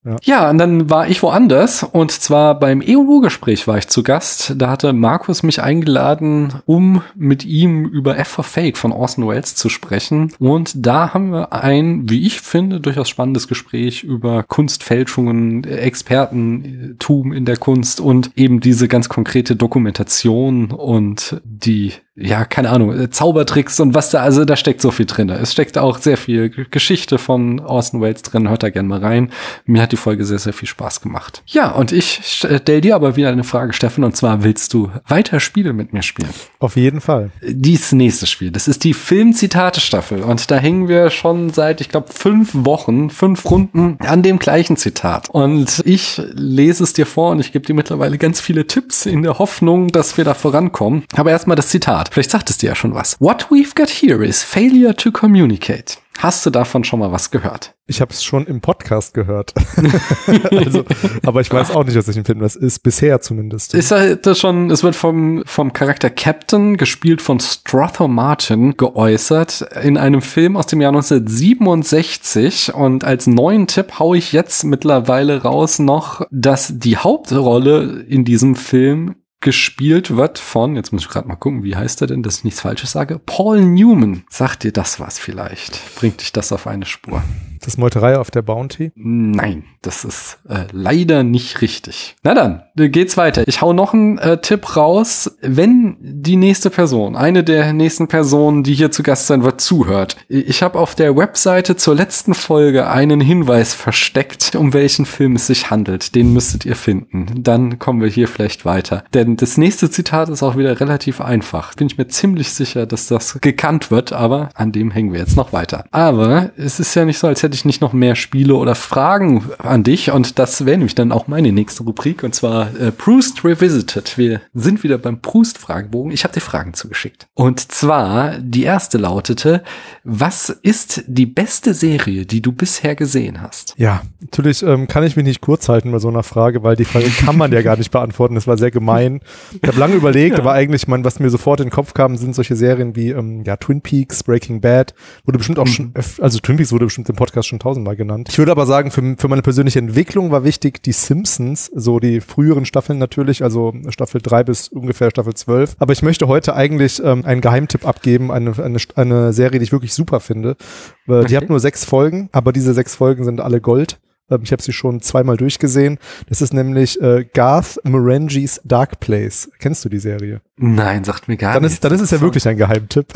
Ja, und dann war ich woanders und zwar beim EU-Gespräch war ich zu Gast. Da hatte Markus mich eingeladen, um mit ihm über F for Fake von Orson Welles zu sprechen. Und da haben wir ein, wie ich finde, durchaus spannendes Gespräch über Kunstfälschungen, Expertentum in der Kunst und eben diese ganz konkrete Dokumentation und die, ja, keine Ahnung, Zaubertricks und was da, also da steckt so viel drin. Es steckt auch sehr viel Geschichte von Orson Welles drin, hört da gerne mal rein. Mir hat die Folge sehr, sehr viel Spaß gemacht. Ja, und ich stell dir aber wieder eine Frage, Steffen, und zwar, willst du weiter Spiele mit mir spielen? Auf jeden Fall. Dies nächste Spiel, das ist die Film-Zitate-Staffel und da hängen wir schon seit, ich glaube, 5 Wochen, 5 Runden an dem gleichen Zitat. Und ich lese es dir vor und ich gebe dir mittlerweile ganz viele Tipps in der Hoffnung, dass wir da vorankommen. Aber erstmal das Zitat. Vielleicht sagt es dir ja schon was. What we've got here is failure to communicate. Hast du davon schon mal was gehört? Ich habe es schon im Podcast gehört. Also, aber ich weiß auch nicht, was ich im Film das ist, bisher zumindest. Ist das schon, es wird vom Charakter Captain, gespielt von Strother Martin, geäußert in einem Film aus dem Jahr 1967 und als neuen Tipp haue ich jetzt mittlerweile raus noch, dass die Hauptrolle in diesem Film gespielt wird von, jetzt muss ich gerade mal gucken, wie heißt er denn, dass ich nichts Falsches sage, Paul Newman. Sagt dir das was vielleicht? Bringt dich das auf eine Spur? Das Meuterei auf der Bounty? Nein, das ist leider nicht richtig. Na dann, geht's weiter. Ich hau noch einen Tipp raus. Wenn die nächste Person, eine der nächsten Personen, die hier zu Gast sein wird, zuhört. Ich habe auf der Webseite zur letzten Folge einen Hinweis versteckt, um welchen Film es sich handelt. Den müsstet ihr finden. Dann kommen wir hier vielleicht weiter. Denn das nächste Zitat ist auch wieder relativ einfach. Bin ich mir ziemlich sicher, dass das gekannt wird, aber an dem hängen wir jetzt noch weiter. Aber es ist ja nicht so, als hätte ich nicht noch mehr Spiele oder Fragen an dich und das wäre nämlich dann auch meine nächste Rubrik und zwar Proust Revisited. Wir sind wieder beim Proust-Fragebogen. Ich habe dir Fragen zugeschickt. Und zwar, die erste lautete, was ist die beste Serie, die du bisher gesehen hast? Ja, natürlich kann ich mich nicht kurz halten bei so einer Frage, weil die Frage kann man ja gar nicht beantworten. Das war sehr gemein. Ich habe lange überlegt, aber eigentlich, was mir sofort in den Kopf kam, sind solche Serien wie Twin Peaks, Breaking Bad. Wurde bestimmt auch schon, also Twin Peaks wurde bestimmt im Podcast schon 1000-mal genannt. Ich würde aber sagen, für meine persönliche Entwicklung war wichtig die Simpsons, so die früheren Staffeln natürlich, also Staffel 3 bis ungefähr Staffel 12. Aber ich möchte heute eigentlich einen Geheimtipp abgeben, eine Serie, die ich wirklich super finde. Die hat nur 6 Folgen, aber diese 6 Folgen sind alle Gold. Ich habe sie schon 2-mal durchgesehen. Das ist nämlich Garth Marenghi's Dark Place. Kennst du die Serie? Nein, sagt mir gar nichts. Dann ist es ja wirklich ein Geheimtipp.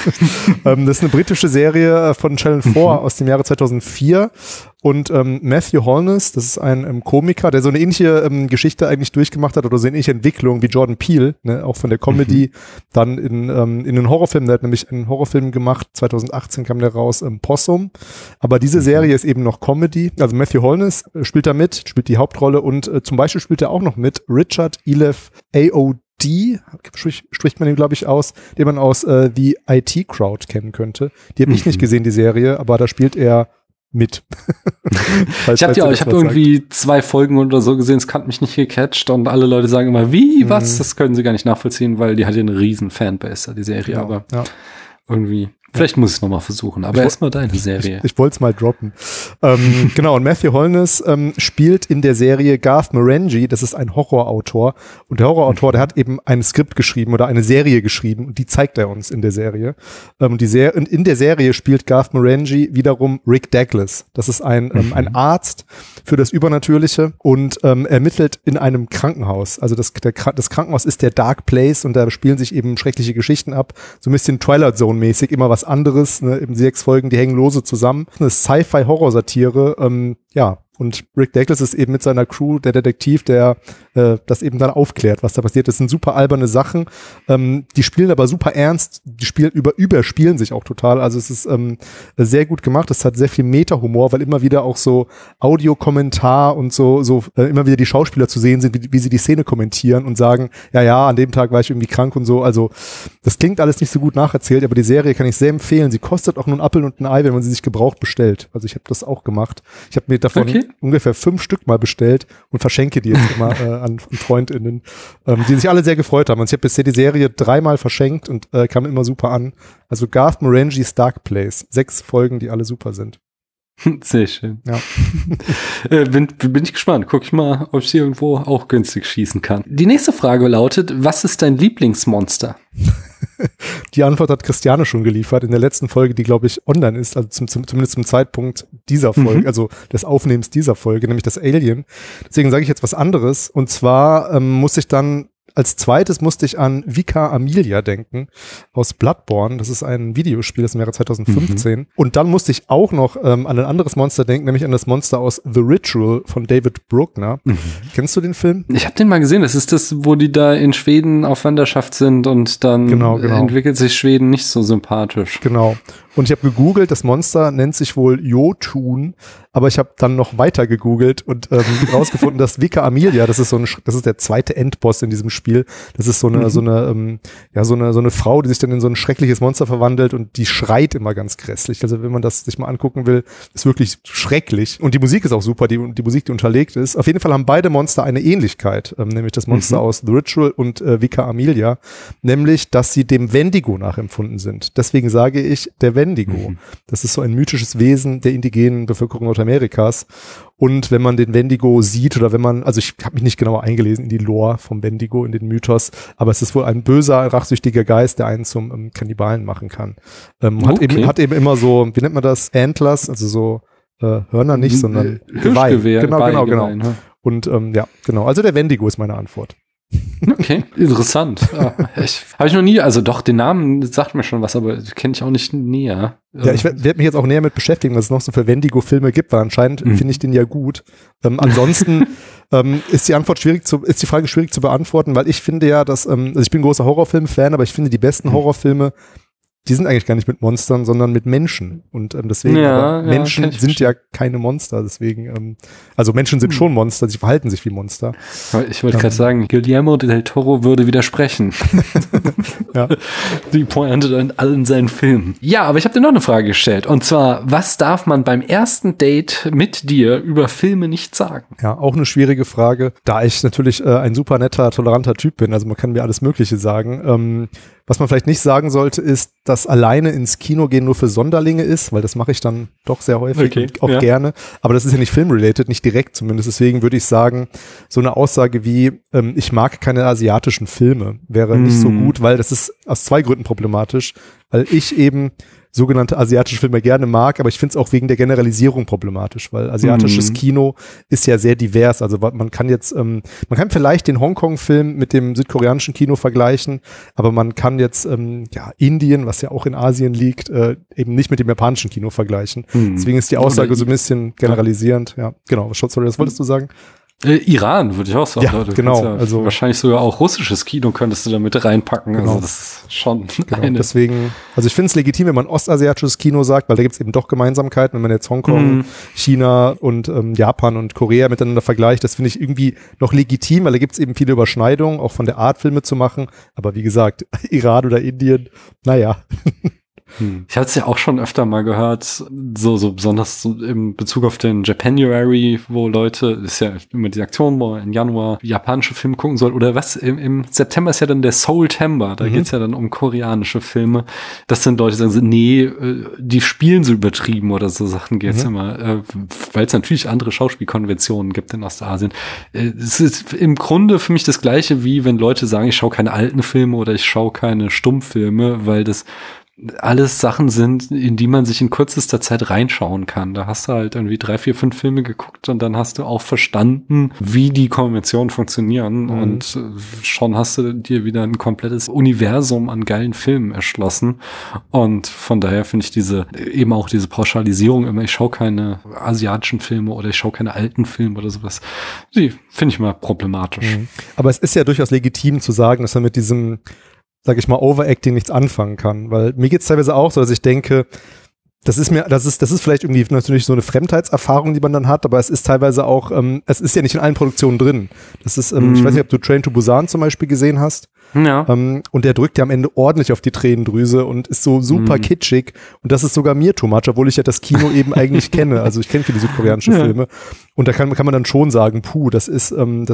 Das ist eine britische Serie von Channel 4 aus dem Jahre 2004. Und Matthew Holness, das ist ein Komiker, der so eine ähnliche Geschichte eigentlich durchgemacht hat oder so eine ähnliche Entwicklung wie Jordan Peele, ne, auch von der Comedy, dann in einen Horrorfilm. Der hat nämlich einen Horrorfilm gemacht, 2018 kam der raus, Possum. Aber diese Serie ist eben noch Comedy. Also Matthew Holness spielt da mit, spielt die Hauptrolle und zum Beispiel spielt er auch noch mit Richard Elef AOD, spricht man den, glaube ich, aus, den man aus The IT Crowd kennen könnte. Die habe ich nicht gesehen, die Serie, aber da spielt er mit. Ich habe irgendwie 2 Folgen oder so gesehen, es hat mich nicht gecatcht und alle Leute sagen immer, wie, was? Das können sie gar nicht nachvollziehen, weil die hat ja eine riesen Fanbase, die Serie, genau, aber irgendwie. Vielleicht muss ich es nochmal versuchen, aber erstmal deine Serie. Ich wollte es mal droppen. Genau, und Matthew Holness spielt in der Serie Garth Marenghi, das ist ein Horrorautor. Und der Horrorautor, der hat eben ein Skript geschrieben oder eine Serie geschrieben und die zeigt er uns in der Serie. Und in der Serie spielt Garth Marenghi wiederum Rick Douglas. Das ist ein Arzt für das Übernatürliche und ermittelt in einem Krankenhaus. Also das Krankenhaus ist der Dark Place und da spielen sich eben schreckliche Geschichten ab. So ein bisschen Twilight Zone-mäßig, immer was anderes, ne, eben 6 Folgen, die hängen lose zusammen. Eine Sci-Fi-Horror-Satire, und Rick Douglas ist eben mit seiner Crew der Detektiv, der das eben dann aufklärt, was da passiert. Das sind super alberne Sachen. Die spielen aber super ernst. Die überspielen sich auch total. Also es ist sehr gut gemacht. Es hat sehr viel Meta-Humor, weil immer wieder auch so Audiokommentar und so immer wieder die Schauspieler zu sehen sind, wie sie die Szene kommentieren und sagen, ja, an dem Tag war ich irgendwie krank und so. Also das klingt alles nicht so gut nacherzählt, aber die Serie kann ich sehr empfehlen. Sie kostet auch nur einen Apfel und ein Ei, wenn man sie sich gebraucht bestellt. Also ich habe das auch gemacht. Ich habe mir davon ungefähr 5 Stück mal bestellt und verschenke die jetzt immer an FreundInnen, die sich alle sehr gefreut haben. Und ich habe bisher die Serie 3-mal verschenkt und kam immer super an. Also Garth Marenghi's Dark Place. 6 Folgen, die alle super sind. Sehr schön. Ja. Bin ich gespannt. Guck ich mal, ob ich sie irgendwo auch günstig schießen kann. Die nächste Frage lautet, was ist dein Lieblingsmonster? Die Antwort hat Christiane schon geliefert in der letzten Folge, die, glaube ich, online ist, also zumindest zum Zeitpunkt dieser Folge, also des Aufnehmens dieser Folge, nämlich das Alien. Deswegen sage ich jetzt was anderes. Und zwar als zweites musste ich an Vika Amelia denken aus Bloodborne. Das ist ein Videospiel, das im Jahre 2015. Und dann musste ich auch noch an ein anderes Monster denken, nämlich an das Monster aus The Ritual von David Bruckner. Kennst du den Film? Ich habe den mal gesehen. Das ist das, wo die da in Schweden auf Wanderschaft sind und dann Genau. entwickelt sich Schweden nicht so sympathisch. Genau. Und ich habe gegoogelt, das Monster nennt sich wohl Jotun, aber ich habe dann noch weiter gegoogelt und rausgefunden, dass Vika Amelia, das ist der zweite Endboss in diesem Spiel. Das ist so eine Frau, die sich dann in so ein schreckliches Monster verwandelt und die schreit immer ganz grässlich. Also wenn man das sich mal angucken will, ist wirklich schrecklich. Und die Musik ist auch super, die Musik, die unterlegt ist. Auf jeden Fall haben beide Monster eine Ähnlichkeit, nämlich das Monster aus The Ritual und Vika Amelia, nämlich, dass sie dem Wendigo nachempfunden sind. Deswegen sage ich, der Wendigo. Das ist so ein mythisches Wesen der indigenen Bevölkerung Nordamerikas. Und wenn man den Wendigo sieht oder also ich habe mich nicht genauer eingelesen in die Lore vom Wendigo, in den Mythos, aber es ist wohl ein böser, rachsüchtiger Geist, der einen zum Kannibalen machen kann. Hat eben immer so, wie nennt man das? Antlers, also so Hörner nicht, sondern Hirschgeweih. Genau. Und genau. Also der Wendigo ist meine Antwort. Okay, interessant. Habe ich noch nie, also doch, den Namen sagt mir schon was, aber kenne ich auch nicht näher. Ja, ich werde mich jetzt auch näher mit beschäftigen, was es noch so für Wendigo-Filme gibt, weil anscheinend finde ich den ja gut. Ansonsten ist die Frage schwierig zu beantworten, weil ich finde ja, dass, also ich bin großer Horrorfilm-Fan, aber ich finde die besten Horrorfilme, die sind eigentlich gar nicht mit Monstern, sondern mit Menschen. Und deswegen, Menschen sind ja keine Monster. Deswegen, also Menschen sind schon Monster, sie verhalten sich wie Monster. Ich wollte gerade sagen, Guillermo del Toro würde widersprechen. Ja. Die Pointe in allen seinen Filmen. Ja, aber ich habe dir noch eine Frage gestellt. Und zwar, was darf man beim ersten Date mit dir über Filme nicht sagen? Ja, auch eine schwierige Frage. Da ich natürlich ein super netter, toleranter Typ bin, also man kann mir alles Mögliche sagen. Was man vielleicht nicht sagen sollte, ist, dass alleine ins Kino gehen nur für Sonderlinge ist, weil das mache ich dann doch sehr häufig und auch gerne. Aber das ist ja nicht filmrelated, nicht direkt zumindest. Deswegen würde ich sagen, so eine Aussage wie, ich mag keine asiatischen Filme, wäre nicht so gut, weil das ist aus zwei Gründen problematisch. Weil ich eben sogenannte asiatische Filme gerne mag, aber ich finde es auch wegen der Generalisierung problematisch, weil asiatisches Kino ist ja sehr divers. Also man kann jetzt, man kann vielleicht den Hongkong-Film mit dem südkoreanischen Kino vergleichen, aber man kann jetzt Indien, was ja auch in Asien liegt, eben nicht mit dem japanischen Kino vergleichen. Deswegen ist die Aussage so ein bisschen generalisierend. Ja, genau. Sorry, was wolltest du sagen? Iran, würde ich auch sagen. Ja, genau. Ja, also wahrscheinlich sogar auch russisches Kino könntest du da mit reinpacken. Genau. Also das ist schon Deswegen, also ich finde es legitim, wenn man ostasiatisches Kino sagt, weil da gibt es eben doch Gemeinsamkeiten. Wenn man jetzt Hongkong, China und Japan und Korea miteinander vergleicht, das finde ich irgendwie noch legitim, weil da gibt es eben viele Überschneidungen, auch von der Art, Filme zu machen. Aber wie gesagt, Iran oder Indien, naja. Ich hatte es ja auch schon öfter mal gehört, so besonders so im Bezug auf den Japanuary, wo Leute, das ist ja immer die Aktion, wo man im Januar japanische Filme gucken soll, oder was, im September ist ja dann der Soultember, da geht's ja dann um koreanische Filme, dass dann Leute sagen so, nee, die spielen so übertrieben oder so Sachen geht's immer, weil es natürlich andere Schauspielkonventionen gibt in Ostasien. Es ist im Grunde für mich das Gleiche, wie wenn Leute sagen, ich schaue keine alten Filme oder ich schaue keine Stummfilme, weil das alles Sachen sind, in die man sich in kürzester Zeit reinschauen kann. Da hast du halt irgendwie 3, 4, 5 Filme geguckt und dann hast du auch verstanden, wie die Konventionen funktionieren und schon hast du dir wieder ein komplettes Universum an geilen Filmen erschlossen und von daher finde ich diese Pauschalisierung immer, ich schaue keine asiatischen Filme oder ich schaue keine alten Filme oder sowas, die finde ich mal problematisch. Aber es ist ja durchaus legitim zu sagen, dass man mit diesem, sag ich mal, Overacting nichts anfangen kann, weil mir geht's teilweise auch so, dass ich denke, das ist vielleicht irgendwie natürlich so eine Fremdheitserfahrung, die man dann hat, aber es ist teilweise auch, es ist ja nicht in allen Produktionen drin. Das ist, ich weiß nicht, ob du Train to Busan zum Beispiel gesehen hast. Ja. Und der drückt ja am Ende ordentlich auf die Tränendrüse und ist so super kitschig. Und das ist sogar mir too much, obwohl ich ja das Kino eben eigentlich kenne. Also ich kenne viele südkoreanische Filme. Und da kann man dann schon sagen, das ist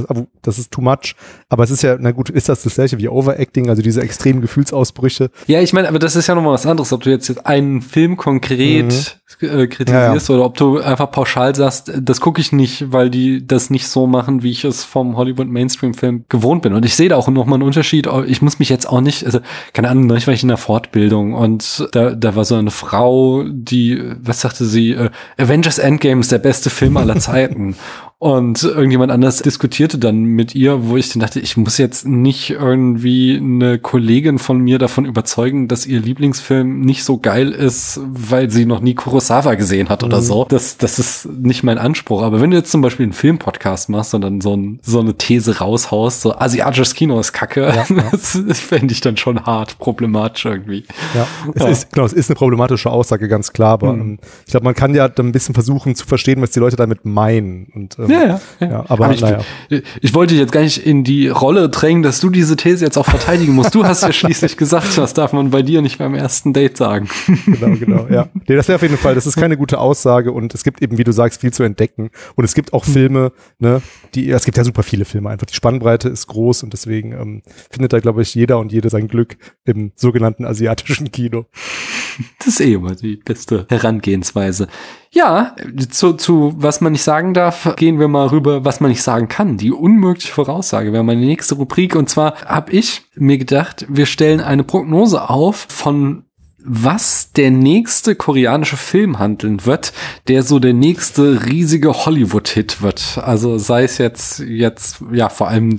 too much. Aber es ist ja, na gut, ist das gleiche wie Overacting, also diese extremen Gefühlsausbrüche. Ja, ich meine, aber das ist ja nochmal was anderes, ob du jetzt einen Film konkret kritisierst oder ob du einfach pauschal sagst, das gucke ich nicht, weil die das nicht so machen, wie ich es vom Hollywood-Mainstream-Film gewohnt bin. Und ich sehe da auch nochmal einen Unterschied. Ich muss mich jetzt auch nicht, also keine Ahnung, neulich war ich in der Fortbildung und da war so eine Frau, die, was sagte sie, Avengers Endgame ist der beste Film aller Zeiten. Und irgendjemand anders diskutierte dann mit ihr, wo ich dann dachte, ich muss jetzt nicht irgendwie eine Kollegin von mir davon überzeugen, dass ihr Lieblingsfilm nicht so geil ist, weil sie noch nie Kurosawa gesehen hat oder so. Das ist nicht mein Anspruch. Aber wenn du jetzt zum Beispiel einen Filmpodcast machst und dann so eine These raushaust, so asiatisches Kino ist Kacke, das fände ich dann schon hart problematisch irgendwie. Ja, es ist eine problematische Aussage, ganz klar. Aber ich glaube, man kann ja dann ein bisschen versuchen zu verstehen, was die Leute damit meinen. Und ja, aber ich wollte dich jetzt gar nicht in die Rolle drängen, dass du diese These jetzt auch verteidigen musst. Du hast ja schließlich gesagt, das darf man bei dir nicht beim ersten Date sagen. Genau, ja. Nee, das wäre auf jeden Fall, das ist keine gute Aussage und es gibt eben, wie du sagst, viel zu entdecken. Und es gibt auch Filme, ne, es gibt ja super viele Filme einfach. Die Spannbreite ist groß und deswegen findet da, glaube ich, jeder und jede sein Glück im sogenannten asiatischen Kino. Das ist immer die beste Herangehensweise. Ja, zu was man nicht sagen darf, gehen wir mal rüber, was man nicht sagen kann. Die unmögliche Voraussage wäre meine nächste Rubrik. Und zwar habe ich mir gedacht, wir stellen eine Prognose auf von was der nächste koreanische Film handeln wird, der so der nächste riesige Hollywood-Hit wird. Also sei es jetzt ja vor allem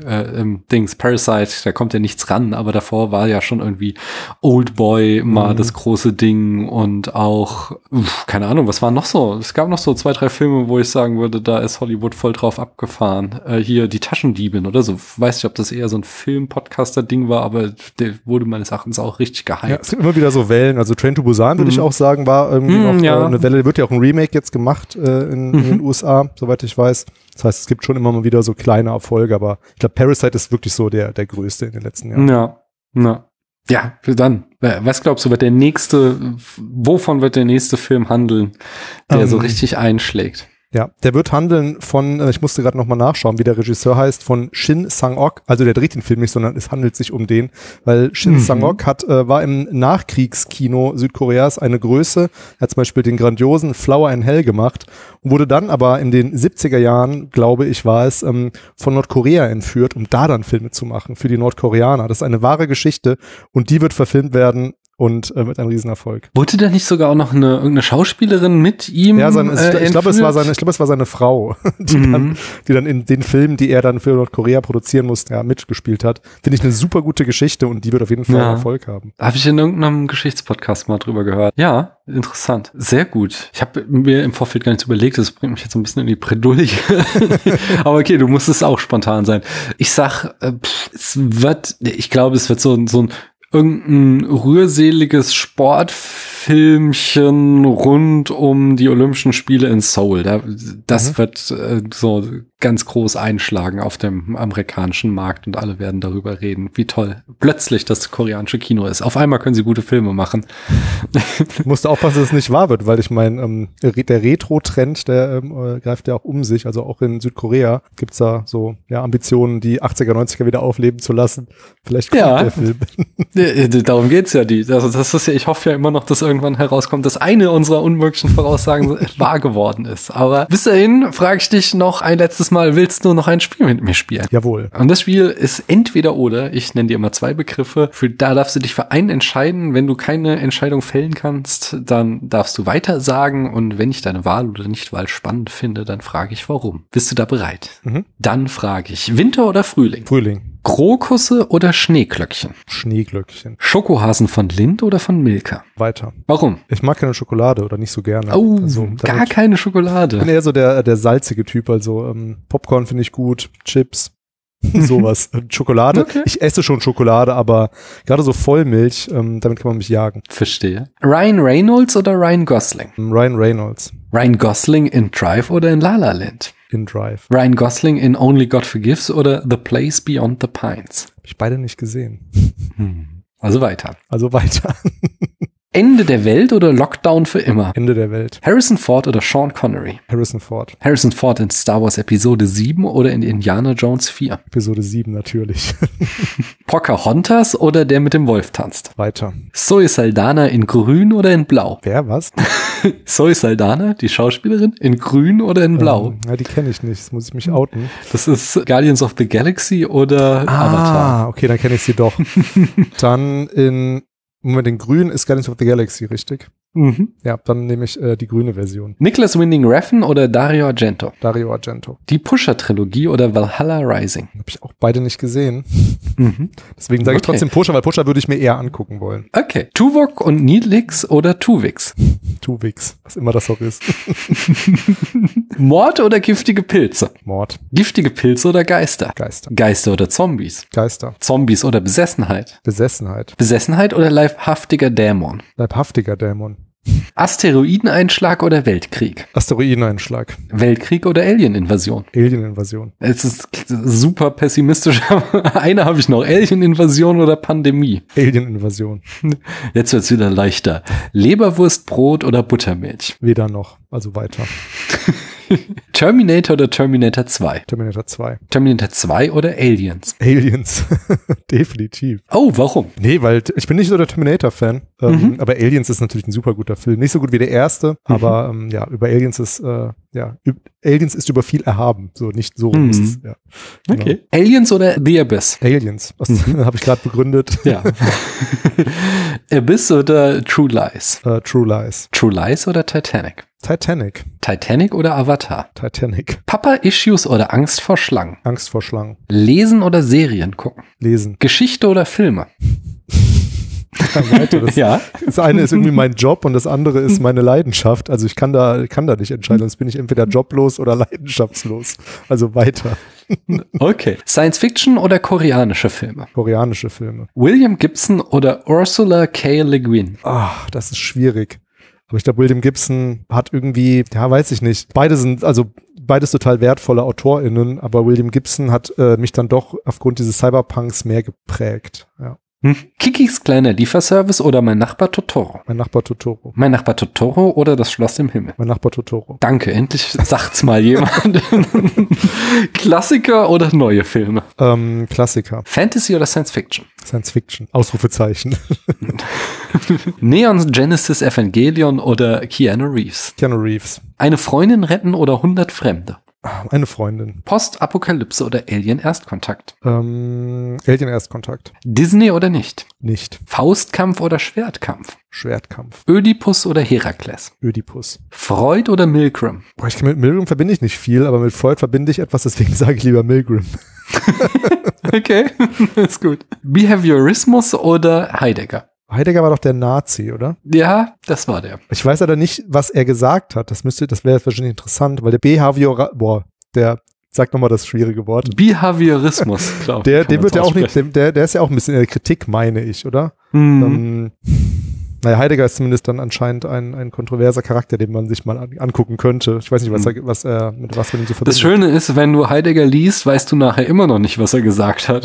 Dings Parasite, da kommt ja nichts ran, aber davor war ja schon irgendwie Oldboy mal das große Ding und auch, keine Ahnung, was war noch so? Es gab noch so 2, 3 Filme, wo ich sagen würde, da ist Hollywood voll drauf abgefahren. Hier die Taschendiebin oder so. Weiß nicht, ob das eher so ein Film-Podcaster-Ding war, aber der wurde meines Erachtens auch richtig gehypt. Ja, es gibt immer wieder so Wellen, also Train to Busan würde ich auch sagen, war irgendwie noch eine Welle, wird ja auch ein Remake jetzt gemacht in den USA, soweit ich weiß. Das heißt, es gibt schon immer mal wieder so kleine Erfolge, aber ich glaube, Parasite ist wirklich so der größte in den letzten Jahren. Ja, dann, was glaubst du, wovon wird der nächste Film handeln, der so richtig einschlägt? Ja, der wird handeln von, ich musste gerade nochmal nachschauen, wie der Regisseur heißt, von Shin Sang-ok. Also der dreht den Film nicht, sondern es handelt sich um den, weil Shin Sang-ok war im Nachkriegskino Südkoreas eine Größe. Er hat zum Beispiel den grandiosen Flower and Hell gemacht und wurde dann aber in den 70er Jahren, glaube ich, war es, von Nordkorea entführt, um da dann Filme zu machen für die Nordkoreaner. Das ist eine wahre Geschichte und die wird verfilmt werden. Und mit einem Riesenerfolg. Wurde da nicht sogar auch noch irgendeine Schauspielerin mit ihm? Ja, ich glaube, es war seine Frau, die dann in den Filmen, die er dann für Nordkorea produzieren musste, ja, mitgespielt hat. Finde ich eine super gute Geschichte und die wird auf jeden Fall Erfolg haben. Habe ich in irgendeinem Geschichtspodcast mal drüber gehört. Ja, interessant. Sehr gut. Ich habe mir im Vorfeld gar nichts überlegt, das bringt mich jetzt ein bisschen in die Bredouille. Aber okay, du musst es auch spontan sein. Ich sag, ich glaube, es wird so ein irgendein rührseliges Sportfilmchen rund um die Olympischen Spiele in Seoul. Das wird so ganz groß einschlagen auf dem amerikanischen Markt und alle werden darüber reden, wie toll plötzlich das koreanische Kino ist. Auf einmal können sie gute Filme machen. Du musst aufpassen, dass es nicht wahr wird, weil ich meine, der Retro-Trend, der greift ja auch um sich. Also auch in Südkorea gibt's da so Ambitionen, die 80er, 90er wieder aufleben zu lassen. Vielleicht kommt der Film. Darum geht's ja. Das ist ja, ich hoffe ja immer noch, dass irgendwann herauskommt, dass eine unserer unmöglichen Voraussagen wahr geworden ist. Aber bis dahin frage ich dich noch ein letztes Mal, willst du noch ein Spiel mit mir spielen? Jawohl. Und das Spiel ist entweder oder. Ich nenne dir immer 2 Begriffe. Da darfst du dich für einen entscheiden. Wenn du keine Entscheidung fällen kannst, dann darfst du weiter sagen. Und wenn ich deine Wahl oder Nichtwahl spannend finde, dann frage ich, warum. Bist du da bereit? Dann frage ich, Winter oder Frühling? Frühling. Krokusse oder Schneeglöckchen? Schneeglöckchen. Schokohasen von Lindt oder von Milka? Weiter. Warum? Ich mag keine Schokolade oder nicht so gerne. Oh, also, gar keine Schokolade. Ich bin eher so der salzige Typ, also Popcorn finde ich gut, Chips, sowas. Schokolade, okay. Ich esse schon Schokolade, aber gerade so Vollmilch, damit kann man mich jagen. Verstehe. Ryan Reynolds oder Ryan Gosling? Ryan Reynolds. Ryan Gosling in Drive oder in La La Land? In Drive. Ryan Gosling in Only God Forgives oder The Place Beyond the Pines? Hab ich beide nicht gesehen. Also weiter. Ende der Welt oder Lockdown für immer? Ende der Welt. Harrison Ford oder Sean Connery? Harrison Ford. Harrison Ford in Star Wars Episode 7 oder in Indiana Jones 4? Episode 7 natürlich. Pocahontas oder der mit dem Wolf tanzt? Weiter. Zoe Saldana in grün oder in blau? Wer, was? Zoe Saldana, die Schauspielerin, in grün oder in blau? Ja, die kenne ich nicht, das muss ich mich outen. Das ist Guardians of the Galaxy oder Avatar. Okay, dann kenne ich sie doch. Dann in grün ist Guardians of the Galaxy, richtig? Mhm. Ja, dann nehme ich die grüne Version. Nicholas Winding Refn oder Dario Argento? Dario Argento. Die Pusher-Trilogie oder Valhalla Rising? Habe ich auch beide nicht gesehen. Mhm. Deswegen sage ich trotzdem Pusher, weil Pusher würde ich mir eher angucken wollen. Okay. Tuvok und Neelix oder Tuvix? Tuvix, was immer das auch ist. Mord oder giftige Pilze? Mord. Giftige Pilze oder Geister? Geister. Geister oder Zombies? Geister. Zombies oder Besessenheit? Besessenheit. Besessenheit oder leibhaftiger Dämon? Leibhaftiger Dämon. Asteroideneinschlag oder Weltkrieg? Asteroideneinschlag. Weltkrieg oder Alien-Invasion? Alien-Invasion. Es ist super pessimistisch, aber eine habe ich noch. Alien-Invasion oder Pandemie? Alien-Invasion. Jetzt wird's wieder leichter. Leberwurstbrot oder Buttermilch? Weder noch, also weiter. Terminator oder Terminator 2? Terminator 2. Terminator 2 oder Aliens? Aliens. Definitiv. Oh, warum? Nee, weil ich bin nicht so der Terminator-Fan, aber Aliens ist natürlich ein super guter Film. Nicht so gut wie der erste, aber ja, über Aliens ist, Aliens ist über viel erhaben. So, nicht so. Ist es, ja. Genau. Okay. Aliens oder The Abyss? Aliens. Das habe ich gerade begründet. Ja. Abyss oder True Lies? True Lies. True Lies oder Titanic? Titanic. Titanic oder Avatar? Titanic. Papa-Issues oder Angst vor Schlangen? Angst vor Schlangen. Lesen oder Serien gucken? Lesen. Geschichte oder Filme? Das eine ist irgendwie mein Job und das andere ist meine Leidenschaft. Also ich kann da nicht entscheiden, sonst bin ich entweder joblos oder leidenschaftslos. Also weiter. Okay. Science Fiction oder koreanische Filme? Koreanische Filme. William Gibson oder Ursula K. Le Guin? Ach, das ist schwierig. Aber ich glaube, William Gibson hat irgendwie, ja, weiß ich nicht. Beides total wertvolle AutorInnen, aber William Gibson hat mich dann doch aufgrund dieses Cyberpunks mehr geprägt. Ja. Kikis kleiner Lieferservice oder Mein Nachbar Totoro? Mein Nachbar Totoro. Mein Nachbar Totoro oder Das Schloss im Himmel? Mein Nachbar Totoro. Danke, endlich sagt's mal jemand. Klassiker oder neue Filme? Klassiker. Fantasy oder Science Fiction? Science Fiction. Ausrufezeichen. Neon Genesis Evangelion oder Keanu Reeves? Keanu Reeves. Eine Freundin retten oder 100 Fremde? Eine Freundin. Postapokalypse oder Alien Erstkontakt? Alien Erstkontakt. Disney oder nicht? Nicht. Faustkampf oder Schwertkampf? Schwertkampf. Ödipus oder Herakles? Ödipus. Freud oder Milgram? Boah, mit Milgram verbinde ich nicht viel, aber mit Freud verbinde ich etwas, deswegen sage ich lieber Milgram. Okay, ist gut. Behaviorismus oder Heidegger? Heidegger war doch der Nazi, oder? Ja, das war der. Ich weiß aber nicht, was er gesagt hat. Das wäre wahrscheinlich interessant, weil sag nochmal das schwierige Wort. Behaviorismus, glaube ich. Der wird ja auch nicht, der ist ja auch ein bisschen in der Kritik, meine ich, oder? Naja, Heidegger ist zumindest dann anscheinend ein kontroverser Charakter, den man sich mal angucken könnte. Ich weiß nicht, was mit ihm so verbindet. Das Schöne ist, wenn du Heidegger liest, weißt du nachher immer noch nicht, was er gesagt hat.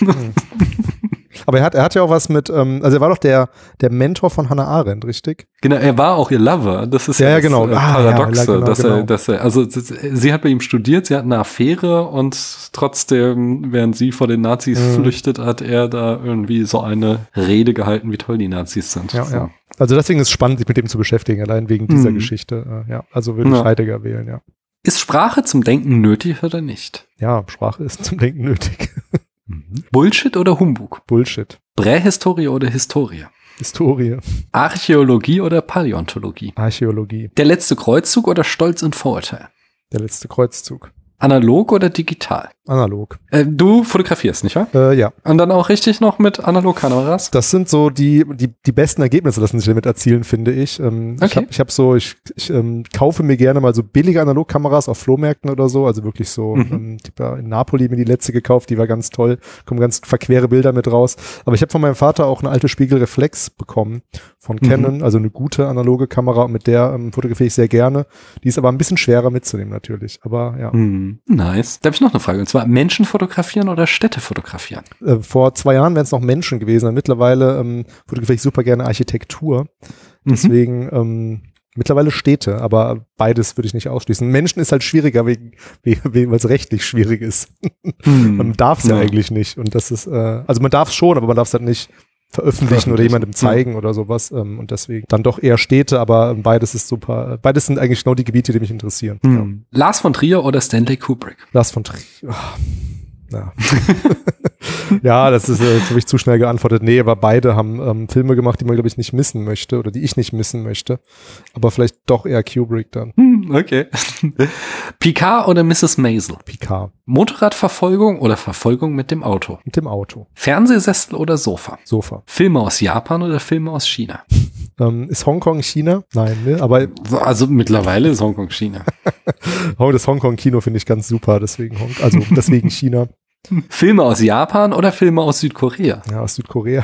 Aber er hat ja auch was mit, also er war doch der Mentor von Hannah Arendt, richtig? Genau, er war auch ihr Lover. Das ist ja genau. Paradoxe, genau. Sie hat bei ihm studiert, sie hat eine Affäre und trotzdem, während sie vor den Nazis flüchtet, hat er da irgendwie so eine Rede gehalten, wie toll die Nazis sind. Ja, so. ja. Also deswegen ist es spannend, sich mit dem zu beschäftigen, allein wegen dieser Geschichte. Ja, also würde ich Heidegger wählen, ja. Ist Sprache zum Denken nötig oder nicht? Ja, Sprache ist zum Denken nötig. Bullshit oder Humbug? Bullshit. Prähistorie oder Historie? Historie. Archäologie oder Paläontologie? Archäologie. Der letzte Kreuzzug oder Stolz und Vorurteil? Der letzte Kreuzzug. Analog oder digital? Analog. Du fotografierst, nicht wahr? Ja. Und dann auch richtig noch mit Analogkameras? Das sind so die besten Ergebnisse, lassen sich damit erzielen, finde ich. Okay. Ich kaufe mir gerne mal so billige Analogkameras auf Flohmärkten oder so, also wirklich so, ich habe in Napoli mir die letzte gekauft, die war ganz toll, kommen ganz verquere Bilder mit raus. Aber ich habe von meinem Vater auch eine alte Spiegelreflex bekommen von Canon, also eine gute analoge Kamera, und mit der fotografiere ich sehr gerne. Die ist aber ein bisschen schwerer mitzunehmen natürlich, aber ja. Nice. Da habe ich noch eine Frage. Und zwar Menschen fotografieren oder Städte fotografieren? Vor 2 Jahren wären es noch Menschen gewesen. Mittlerweile fotografiere ich super gerne Architektur. Deswegen mittlerweile Städte, aber beides würde ich nicht ausschließen. Menschen ist halt schwieriger, weil es rechtlich schwierig ist. Man darf es ja eigentlich nicht. Und das ist, also man darf es schon, aber man darf es halt nicht veröffentlichen oder jemandem zeigen oder sowas. Und deswegen dann doch eher Städte, aber beides ist super. Beides sind eigentlich genau die Gebiete, die mich interessieren. Ja. Lars von Trier oder Stanley Kubrick? Lars von Trier. Ja. Ja, das ist, jetzt habe ich zu schnell geantwortet. Nee, aber beide haben Filme gemacht, die man, glaube ich, nicht missen möchte oder die ich nicht missen möchte. Aber vielleicht doch eher Kubrick dann. Okay. Picard oder Mrs. Maisel? Picard. Motorradverfolgung oder Verfolgung mit dem Auto? Mit dem Auto. Fernsehsessel oder Sofa? Sofa. Filme aus Japan oder Filme aus China? Ist Hongkong China? Nein, ne? Aber also mittlerweile ist Hongkong China. Das Hongkong-Kino finde ich ganz super, deswegen China. Filme aus Japan oder Filme aus Südkorea? Ja, aus Südkorea.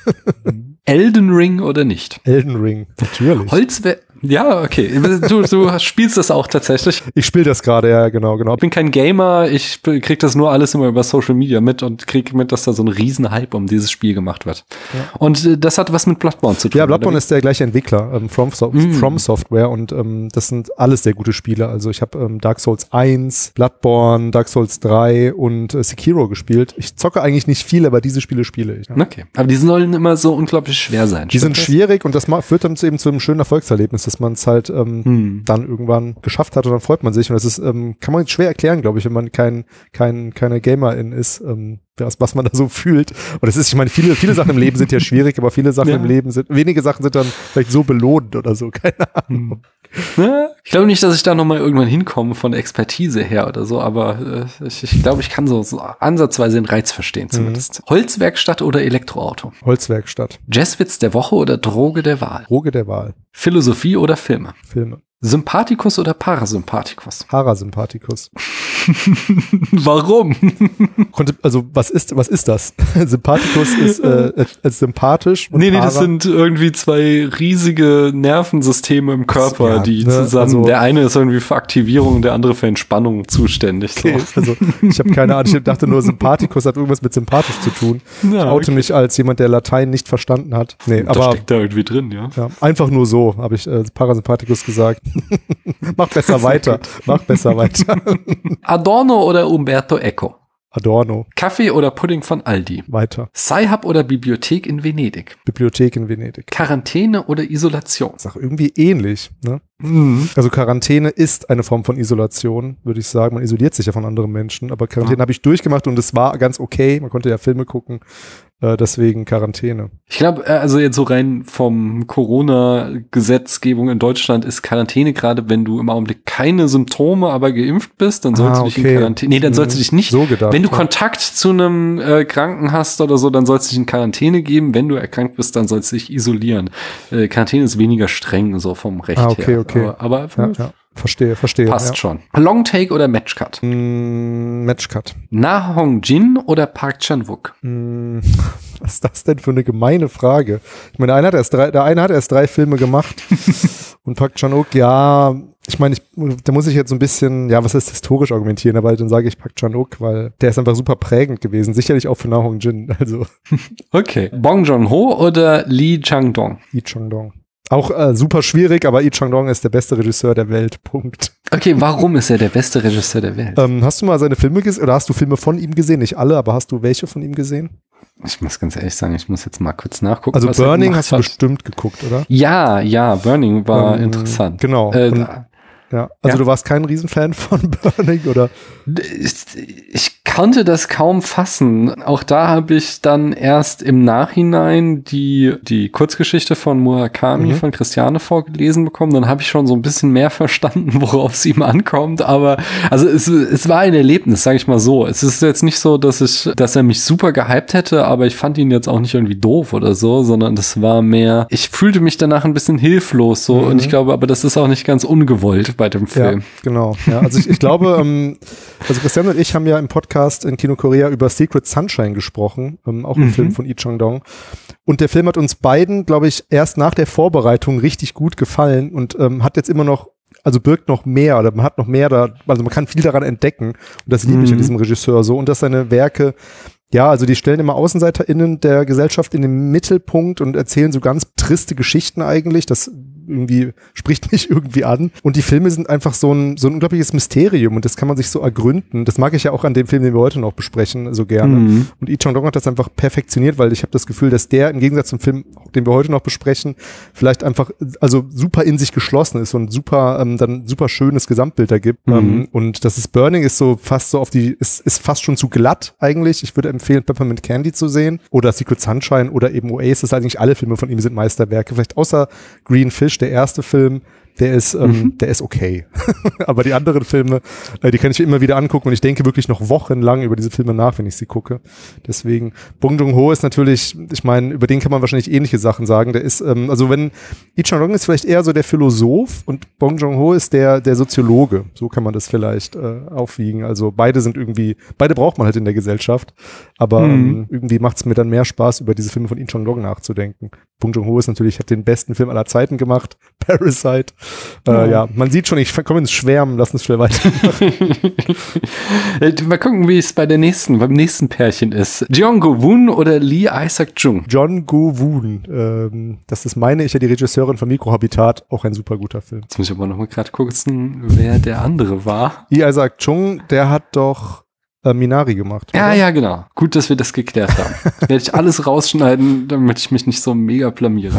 Elden Ring oder nicht? Elden Ring, natürlich. Ja, okay. Du spielst das auch tatsächlich. Ich spiele das gerade, ja, genau. Ich bin kein Gamer, ich krieg das nur alles immer über Social Media mit und krieg mit, dass da so ein Riesenhype um dieses Spiel gemacht wird. Ja. Und das hat was mit Bloodborne zu tun. Ja, Bloodborne ist der gleiche Entwickler, From Software, und das sind alles sehr gute Spiele. Also ich habe Dark Souls 1, Bloodborne, Dark Souls 3 und Sekiro gespielt. Ich zocke eigentlich nicht viel, aber diese Spiele spiele ich. Ja. Okay, aber die sollen immer so unglaublich schwer sein. Die sind schwierig und das führt dann eben zu einem schönen Erfolgserlebnis, dass man es halt dann irgendwann geschafft hat und dann freut man sich. Und das ist, kann man schwer erklären, glaube ich, wenn man keine Gamerin ist, was man da so fühlt. Und das ist, ich meine, viele Sachen im Leben sind ja schwierig, aber viele Sachen im Leben wenige Sachen sind dann vielleicht so belohnend oder so, keine Ahnung. Ich glaube nicht, dass ich da nochmal irgendwann hinkomme von der Expertise her oder so, aber ich glaube, ich kann so ansatzweise den Reiz verstehen zumindest. Holzwerkstatt oder Elektroauto? Holzwerkstatt. Jazzwitz der Woche oder Droge der Wahl? Droge der Wahl. Philosophie oder Filme? Filme. Sympathikus oder Parasympathikus? Parasympathikus. Warum? Also, was ist das? Sympathikus ist sympathisch. Und das sind irgendwie 2 riesige Nervensysteme im Körper, die zusammen, also, der eine ist irgendwie für Aktivierung, der andere für Entspannung zuständig. Okay, so. Also, ich habe keine Ahnung, ich dachte nur, Sympathikus hat irgendwas mit sympathisch zu tun. Ja, ich oute mich als jemand, der Latein nicht verstanden hat. Nee, das steckt da irgendwie drin, ja. Einfach nur so habe ich Parasympathikus gesagt. Mach besser weiter. Adorno oder Umberto Eco? Adorno. Kaffee oder Pudding von Aldi? Weiter. Sci-Hub oder Bibliothek in Venedig? Bibliothek in Venedig. Quarantäne oder Isolation? Das ist auch irgendwie ähnlich, ne? Also Quarantäne ist eine Form von Isolation, würde ich sagen. Man isoliert sich ja von anderen Menschen, aber Quarantäne habe ich durchgemacht und es war ganz okay. Man konnte ja Filme gucken, deswegen Quarantäne. Ich glaube, also jetzt so rein vom Corona-Gesetzgebung in Deutschland ist Quarantäne gerade, wenn du im Augenblick keine Symptome, aber geimpft bist, dann sollst du dich in Quarantäne. Nee, dann sollst du dich nicht. So gedacht, wenn du Kontakt zu einem Kranken hast oder so, dann sollst du dich in Quarantäne geben. Wenn du erkrankt bist, dann sollst du dich isolieren. Quarantäne ist weniger streng, so vom Recht her. Okay. Aber verstehe. Passt schon. Long Take oder Matchcut? Matchcut. Na Hong Jin oder Park Chan-wook? Was ist das denn für eine gemeine Frage? Ich meine, der eine hat erst 3 Filme gemacht und Park Chan-wook, ja, ich meine, da muss ich jetzt so ein bisschen, ja, was heißt historisch argumentieren, aber dann sage ich Park Chan-wook, weil der ist einfach super prägend gewesen, sicherlich auch für Na Hong Jin, also. Okay. Bong Joon-ho oder Lee Chang-dong? Lee Chang-dong. Auch super schwierig, aber Lee Chang-dong ist der beste Regisseur der Welt. Punkt. Okay, warum ist er der beste Regisseur der Welt? Hast du mal seine Filme gesehen oder hast du Filme von ihm gesehen? Nicht alle, aber hast du welche von ihm gesehen? Ich muss ganz ehrlich sagen, ich muss jetzt mal kurz nachgucken. Also Burning hast du bestimmt geguckt, oder? Ja, Burning war interessant. Genau. Du warst kein Riesenfan von Burning, oder? Ich konnte das kaum fassen. Auch da habe ich dann erst im Nachhinein die Kurzgeschichte von Murakami von Christiane vorgelesen bekommen. Dann habe ich schon so ein bisschen mehr verstanden, worauf es ihm ankommt. Aber also es war ein Erlebnis, sage ich mal so. Es ist jetzt nicht so, dass er mich super gehypt hätte, aber ich fand ihn jetzt auch nicht irgendwie doof oder so, sondern das war mehr, ich fühlte mich danach ein bisschen hilflos so. Und ich glaube, aber das ist auch nicht ganz ungewollt bei dem Film. Ja, genau. Ja, also ich glaube, also Christian und ich haben ja im Podcast in Kino Korea über Secret Sunshine gesprochen, auch ein Film von Lee Chang-dong. Und der Film hat uns beiden, glaube ich, erst nach der Vorbereitung richtig gut gefallen und hat jetzt immer noch also birgt noch mehr oder man hat noch mehr da, also man kann viel daran entdecken und das liebe ich an diesem Regisseur so und dass seine Werke, ja, also die stellen immer AußenseiterInnen der Gesellschaft in den Mittelpunkt und erzählen so ganz triste Geschichten eigentlich. Das irgendwie spricht mich irgendwie an. Und die Filme sind einfach so ein unglaubliches Mysterium und das kann man sich so ergründen. Das mag ich ja auch an dem Film, den wir heute noch besprechen, so gerne. Und Lee Chang-dong hat das einfach perfektioniert, weil ich habe das Gefühl, dass der im Gegensatz zum Film, den wir heute noch besprechen, vielleicht einfach also super in sich geschlossen ist und super dann super schönes Gesamtbild ergibt. Und das ist Burning ist so fast so auf die, ist fast schon zu glatt eigentlich. Ich würde empfehlen, Peppermint Candy zu sehen oder Secret Sunshine oder eben Oasis. Eigentlich alle Filme von ihm sind Meisterwerke. Vielleicht außer Green Fish, der erste Film, der ist okay. Aber die anderen Filme, die kann ich immer wieder angucken und ich denke wirklich noch wochenlang über diese Filme nach, wenn ich sie gucke. Deswegen, Bong Joon-ho ist natürlich, ich meine, über den kann man wahrscheinlich ähnliche Sachen sagen. Der ist, also wenn Lee Chang-dong ist vielleicht eher so der Philosoph und Bong Joon-ho ist der Soziologe. So kann man das vielleicht aufwiegen. Also beide braucht man halt in der Gesellschaft. Aber irgendwie macht es mir dann mehr Spaß, über diese Filme von Lee Chang-dong nachzudenken. Bong Joon-ho hat den besten Film aller Zeiten gemacht, Parasite. Ja, man sieht schon, ich komme ins Schwärmen, lass uns schnell weitermachen. Mal gucken, wie es beim nächsten Pärchen ist. Jeong Go-woon oder Lee Isaac-chung? Jeong Go-woon. Das ist, meine ich, ja die Regisseurin von Mikrohabitat, auch ein super guter Film. Jetzt muss ich aber noch mal gerade gucken, wer der andere war. Lee Isaac-chung, der hat doch Minari gemacht. Ja, ja, genau. Gut, dass wir das geklärt haben. Werde ich alles rausschneiden, damit ich mich nicht so mega blamiere.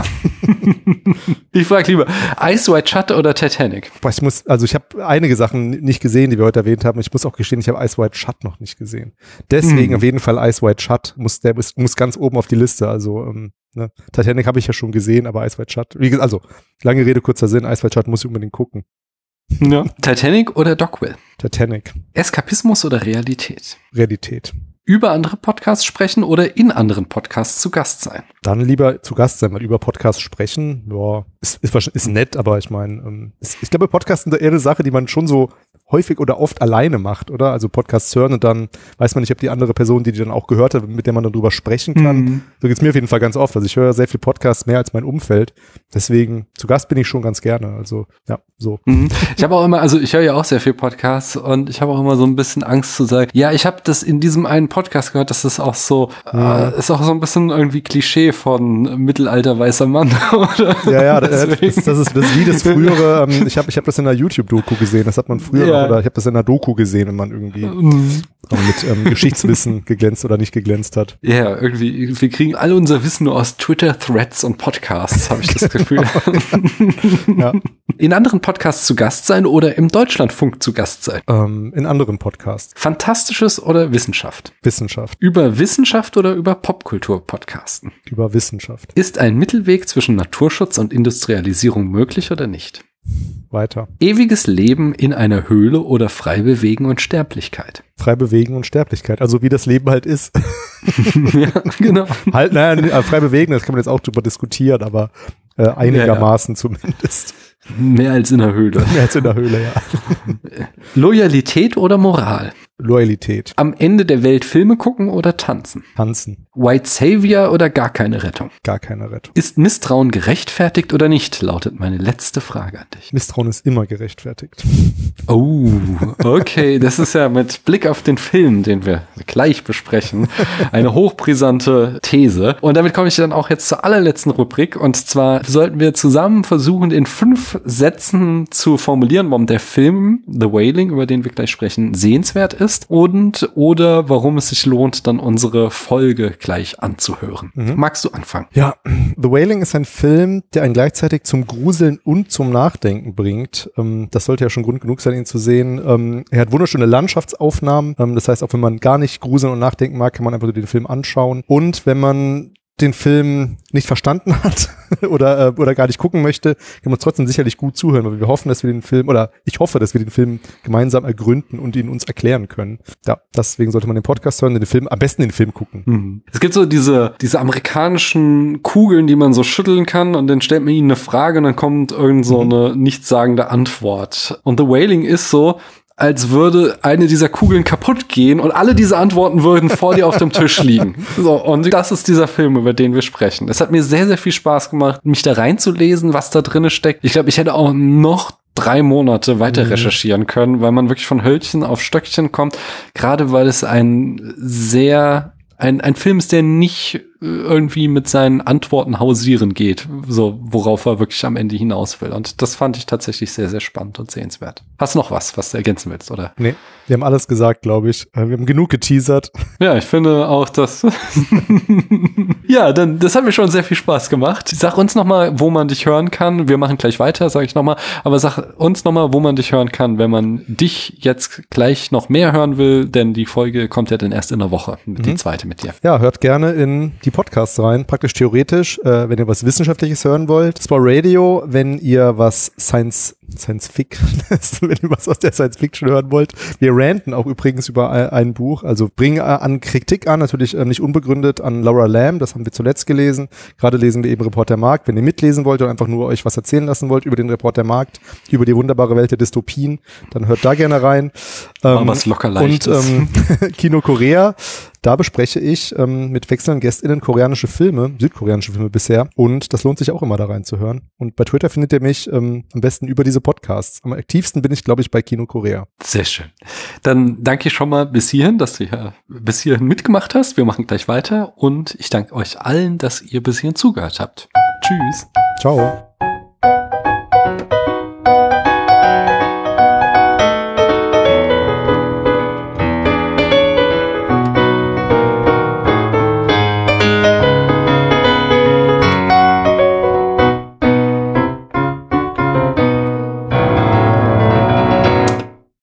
Ich frage lieber, Ice White Shut oder Titanic? Ich habe einige Sachen nicht gesehen, die wir heute erwähnt haben. Ich muss auch gestehen, ich habe Ice White Shut noch nicht gesehen. Deswegen auf jeden Fall Ice White Shut muss ganz oben auf die Liste. Also Titanic habe ich ja schon gesehen, aber Ice White Shut, also lange Rede, kurzer Sinn, Ice White Shut muss ich unbedingt gucken. Ja. Titanic oder Dogville? Titanic. Eskapismus oder Realität? Realität. Über andere Podcasts sprechen oder in anderen Podcasts zu Gast sein? Dann lieber zu Gast sein, weil über Podcasts sprechen, ja, ist nett, aber ich meine, ich glaube, Podcasts sind eher eine Sache, die man schon so häufig oder oft alleine macht, oder? Also Podcasts hören und dann weiß man nicht, ob die andere Person, die dann auch gehört hat, mit der man dann drüber sprechen kann. So geht's mir auf jeden Fall ganz oft. Also ich höre sehr viel Podcasts, mehr als mein Umfeld. Deswegen, zu Gast bin ich schon ganz gerne. Also, ja, so. Ich habe auch immer, also ich höre ja auch sehr viel Podcasts und ich habe auch immer so ein bisschen Angst zu sagen, ja, ich habe das in diesem einen Podcast gehört, das ist auch so, ist auch so ein bisschen irgendwie Klischee von Mittelalter weißer Mann, oder? Ja, das ist wie das frühere, ich hab das in einer YouTube-Doku gesehen, das hat man früher oder ich habe das in einer Doku gesehen, wenn man irgendwie mit Geschichtswissen geglänzt oder nicht geglänzt hat. Ja, irgendwie, wir kriegen alle unser Wissen nur aus Twitter, Threads und Podcasts, habe ich das Gefühl. Ja. In anderen Podcasts zu Gast sein oder im Deutschlandfunk zu Gast sein? In anderen Podcasts. Fantastisches oder Wissenschaft? Wissenschaft. Über Wissenschaft oder über Popkultur podcasten? Über Wissenschaft. Ist ein Mittelweg zwischen Naturschutz und Industrialisierung möglich oder nicht? Weiter. Ewiges Leben in einer Höhle oder frei bewegen und Sterblichkeit? Frei bewegen und Sterblichkeit, also wie das Leben halt ist. Ja, genau. Frei bewegen, das kann man jetzt auch drüber diskutieren, aber einigermaßen zumindest. Mehr als in der Höhle. Mehr als in der Höhle, ja. Loyalität oder Moral? Loyalität. Am Ende der Welt Filme gucken oder tanzen? Tanzen. White Savior oder gar keine Rettung? Gar keine Rettung. Ist Misstrauen gerechtfertigt oder nicht, lautet meine letzte Frage an dich. Misstrauen ist immer gerechtfertigt. Oh, okay. Das ist ja mit Blick auf den Film, den wir gleich besprechen, eine hochbrisante These. Und damit komme ich dann auch jetzt zur allerletzten Rubrik. Und zwar sollten wir zusammen versuchen, in 5 Sätzen zu formulieren, warum der Film The Wailing, über den wir gleich sprechen, sehenswert ist oder warum es sich lohnt, dann unsere Folge gleich anzuhören. Magst du anfangen? Ja, The Wailing ist ein Film, der einen gleichzeitig zum Gruseln und zum Nachdenken bringt. Das sollte ja schon Grund genug sein, ihn zu sehen. Er hat wunderschöne Landschaftsaufnahmen. Das heißt, auch wenn man gar nicht gruseln und nachdenken mag, kann man einfach den Film anschauen. Und wenn man den Film nicht verstanden hat oder gar nicht gucken möchte, kann man trotzdem sicherlich gut zuhören, weil wir hoffen, dass wir den Film, oder ich hoffe, dass wir den Film gemeinsam ergründen und ihn uns erklären können. Ja, deswegen sollte man den Podcast hören, am besten den Film gucken. Es gibt so diese amerikanischen Kugeln, die man so schütteln kann und dann stellt man ihnen eine Frage und dann kommt irgend so eine nichtssagende Antwort. Und The Wailing ist so, als würde eine dieser Kugeln kaputt gehen und alle diese Antworten würden vor dir auf dem Tisch liegen. So, und das ist dieser Film, über den wir sprechen. Es hat mir sehr, sehr viel Spaß gemacht, mich da reinzulesen, was da drin steckt. Ich glaube, ich hätte auch noch 3 Monate weiter recherchieren können, weil man wirklich von Hölzchen auf Stöckchen kommt, gerade weil es ein Film ist, der nicht irgendwie mit seinen Antworten hausieren geht, so worauf er wirklich am Ende hinaus will. Und das fand ich tatsächlich sehr, sehr spannend und sehenswert. Hast du noch was du ergänzen willst, oder? Nee, wir haben alles gesagt, glaube ich. Wir haben genug geteasert. Ja, ich finde auch, dass ja, dann das hat mir schon sehr viel Spaß gemacht. Sag uns noch mal, wo man dich hören kann. Wir machen gleich weiter, sage ich noch mal. Aber sag uns noch mal, wo man dich hören kann, wenn man dich jetzt gleich noch mehr hören will, denn die Folge kommt ja dann erst in der Woche, die zweite mit dir. Ja, hört gerne in die Podcasts rein, praktisch theoretisch, wenn ihr was Wissenschaftliches hören wollt. Spore Radio, wenn ihr was Science Fiction, wenn ihr was aus der Science Fiction hören wollt. Wir ranten auch übrigens über ein Buch, also bringen an Kritik an, natürlich nicht unbegründet, an Laura Lamb, das haben wir zuletzt gelesen. Gerade lesen wir eben Report der Markt. Wenn ihr mitlesen wollt oder einfach nur euch was erzählen lassen wollt über den Report der Markt, über die wunderbare Welt der Dystopien, dann hört da gerne rein. Mal was locker Leichtes. Und Kino Korea, da bespreche ich mit wechselnden GästInnen koreanische Filme, südkoreanische Filme bisher. Und das lohnt sich auch immer da reinzuhören. Und bei Twitter findet ihr mich am besten über diese Podcasts. Am aktivsten bin ich, glaube ich, bei Kino Korea. Sehr schön. Dann danke ich schon mal bis hierhin, dass du ja bis hierhin mitgemacht hast. Wir machen gleich weiter. Und ich danke euch allen, dass ihr bis hierhin zugehört habt. Tschüss. Ciao.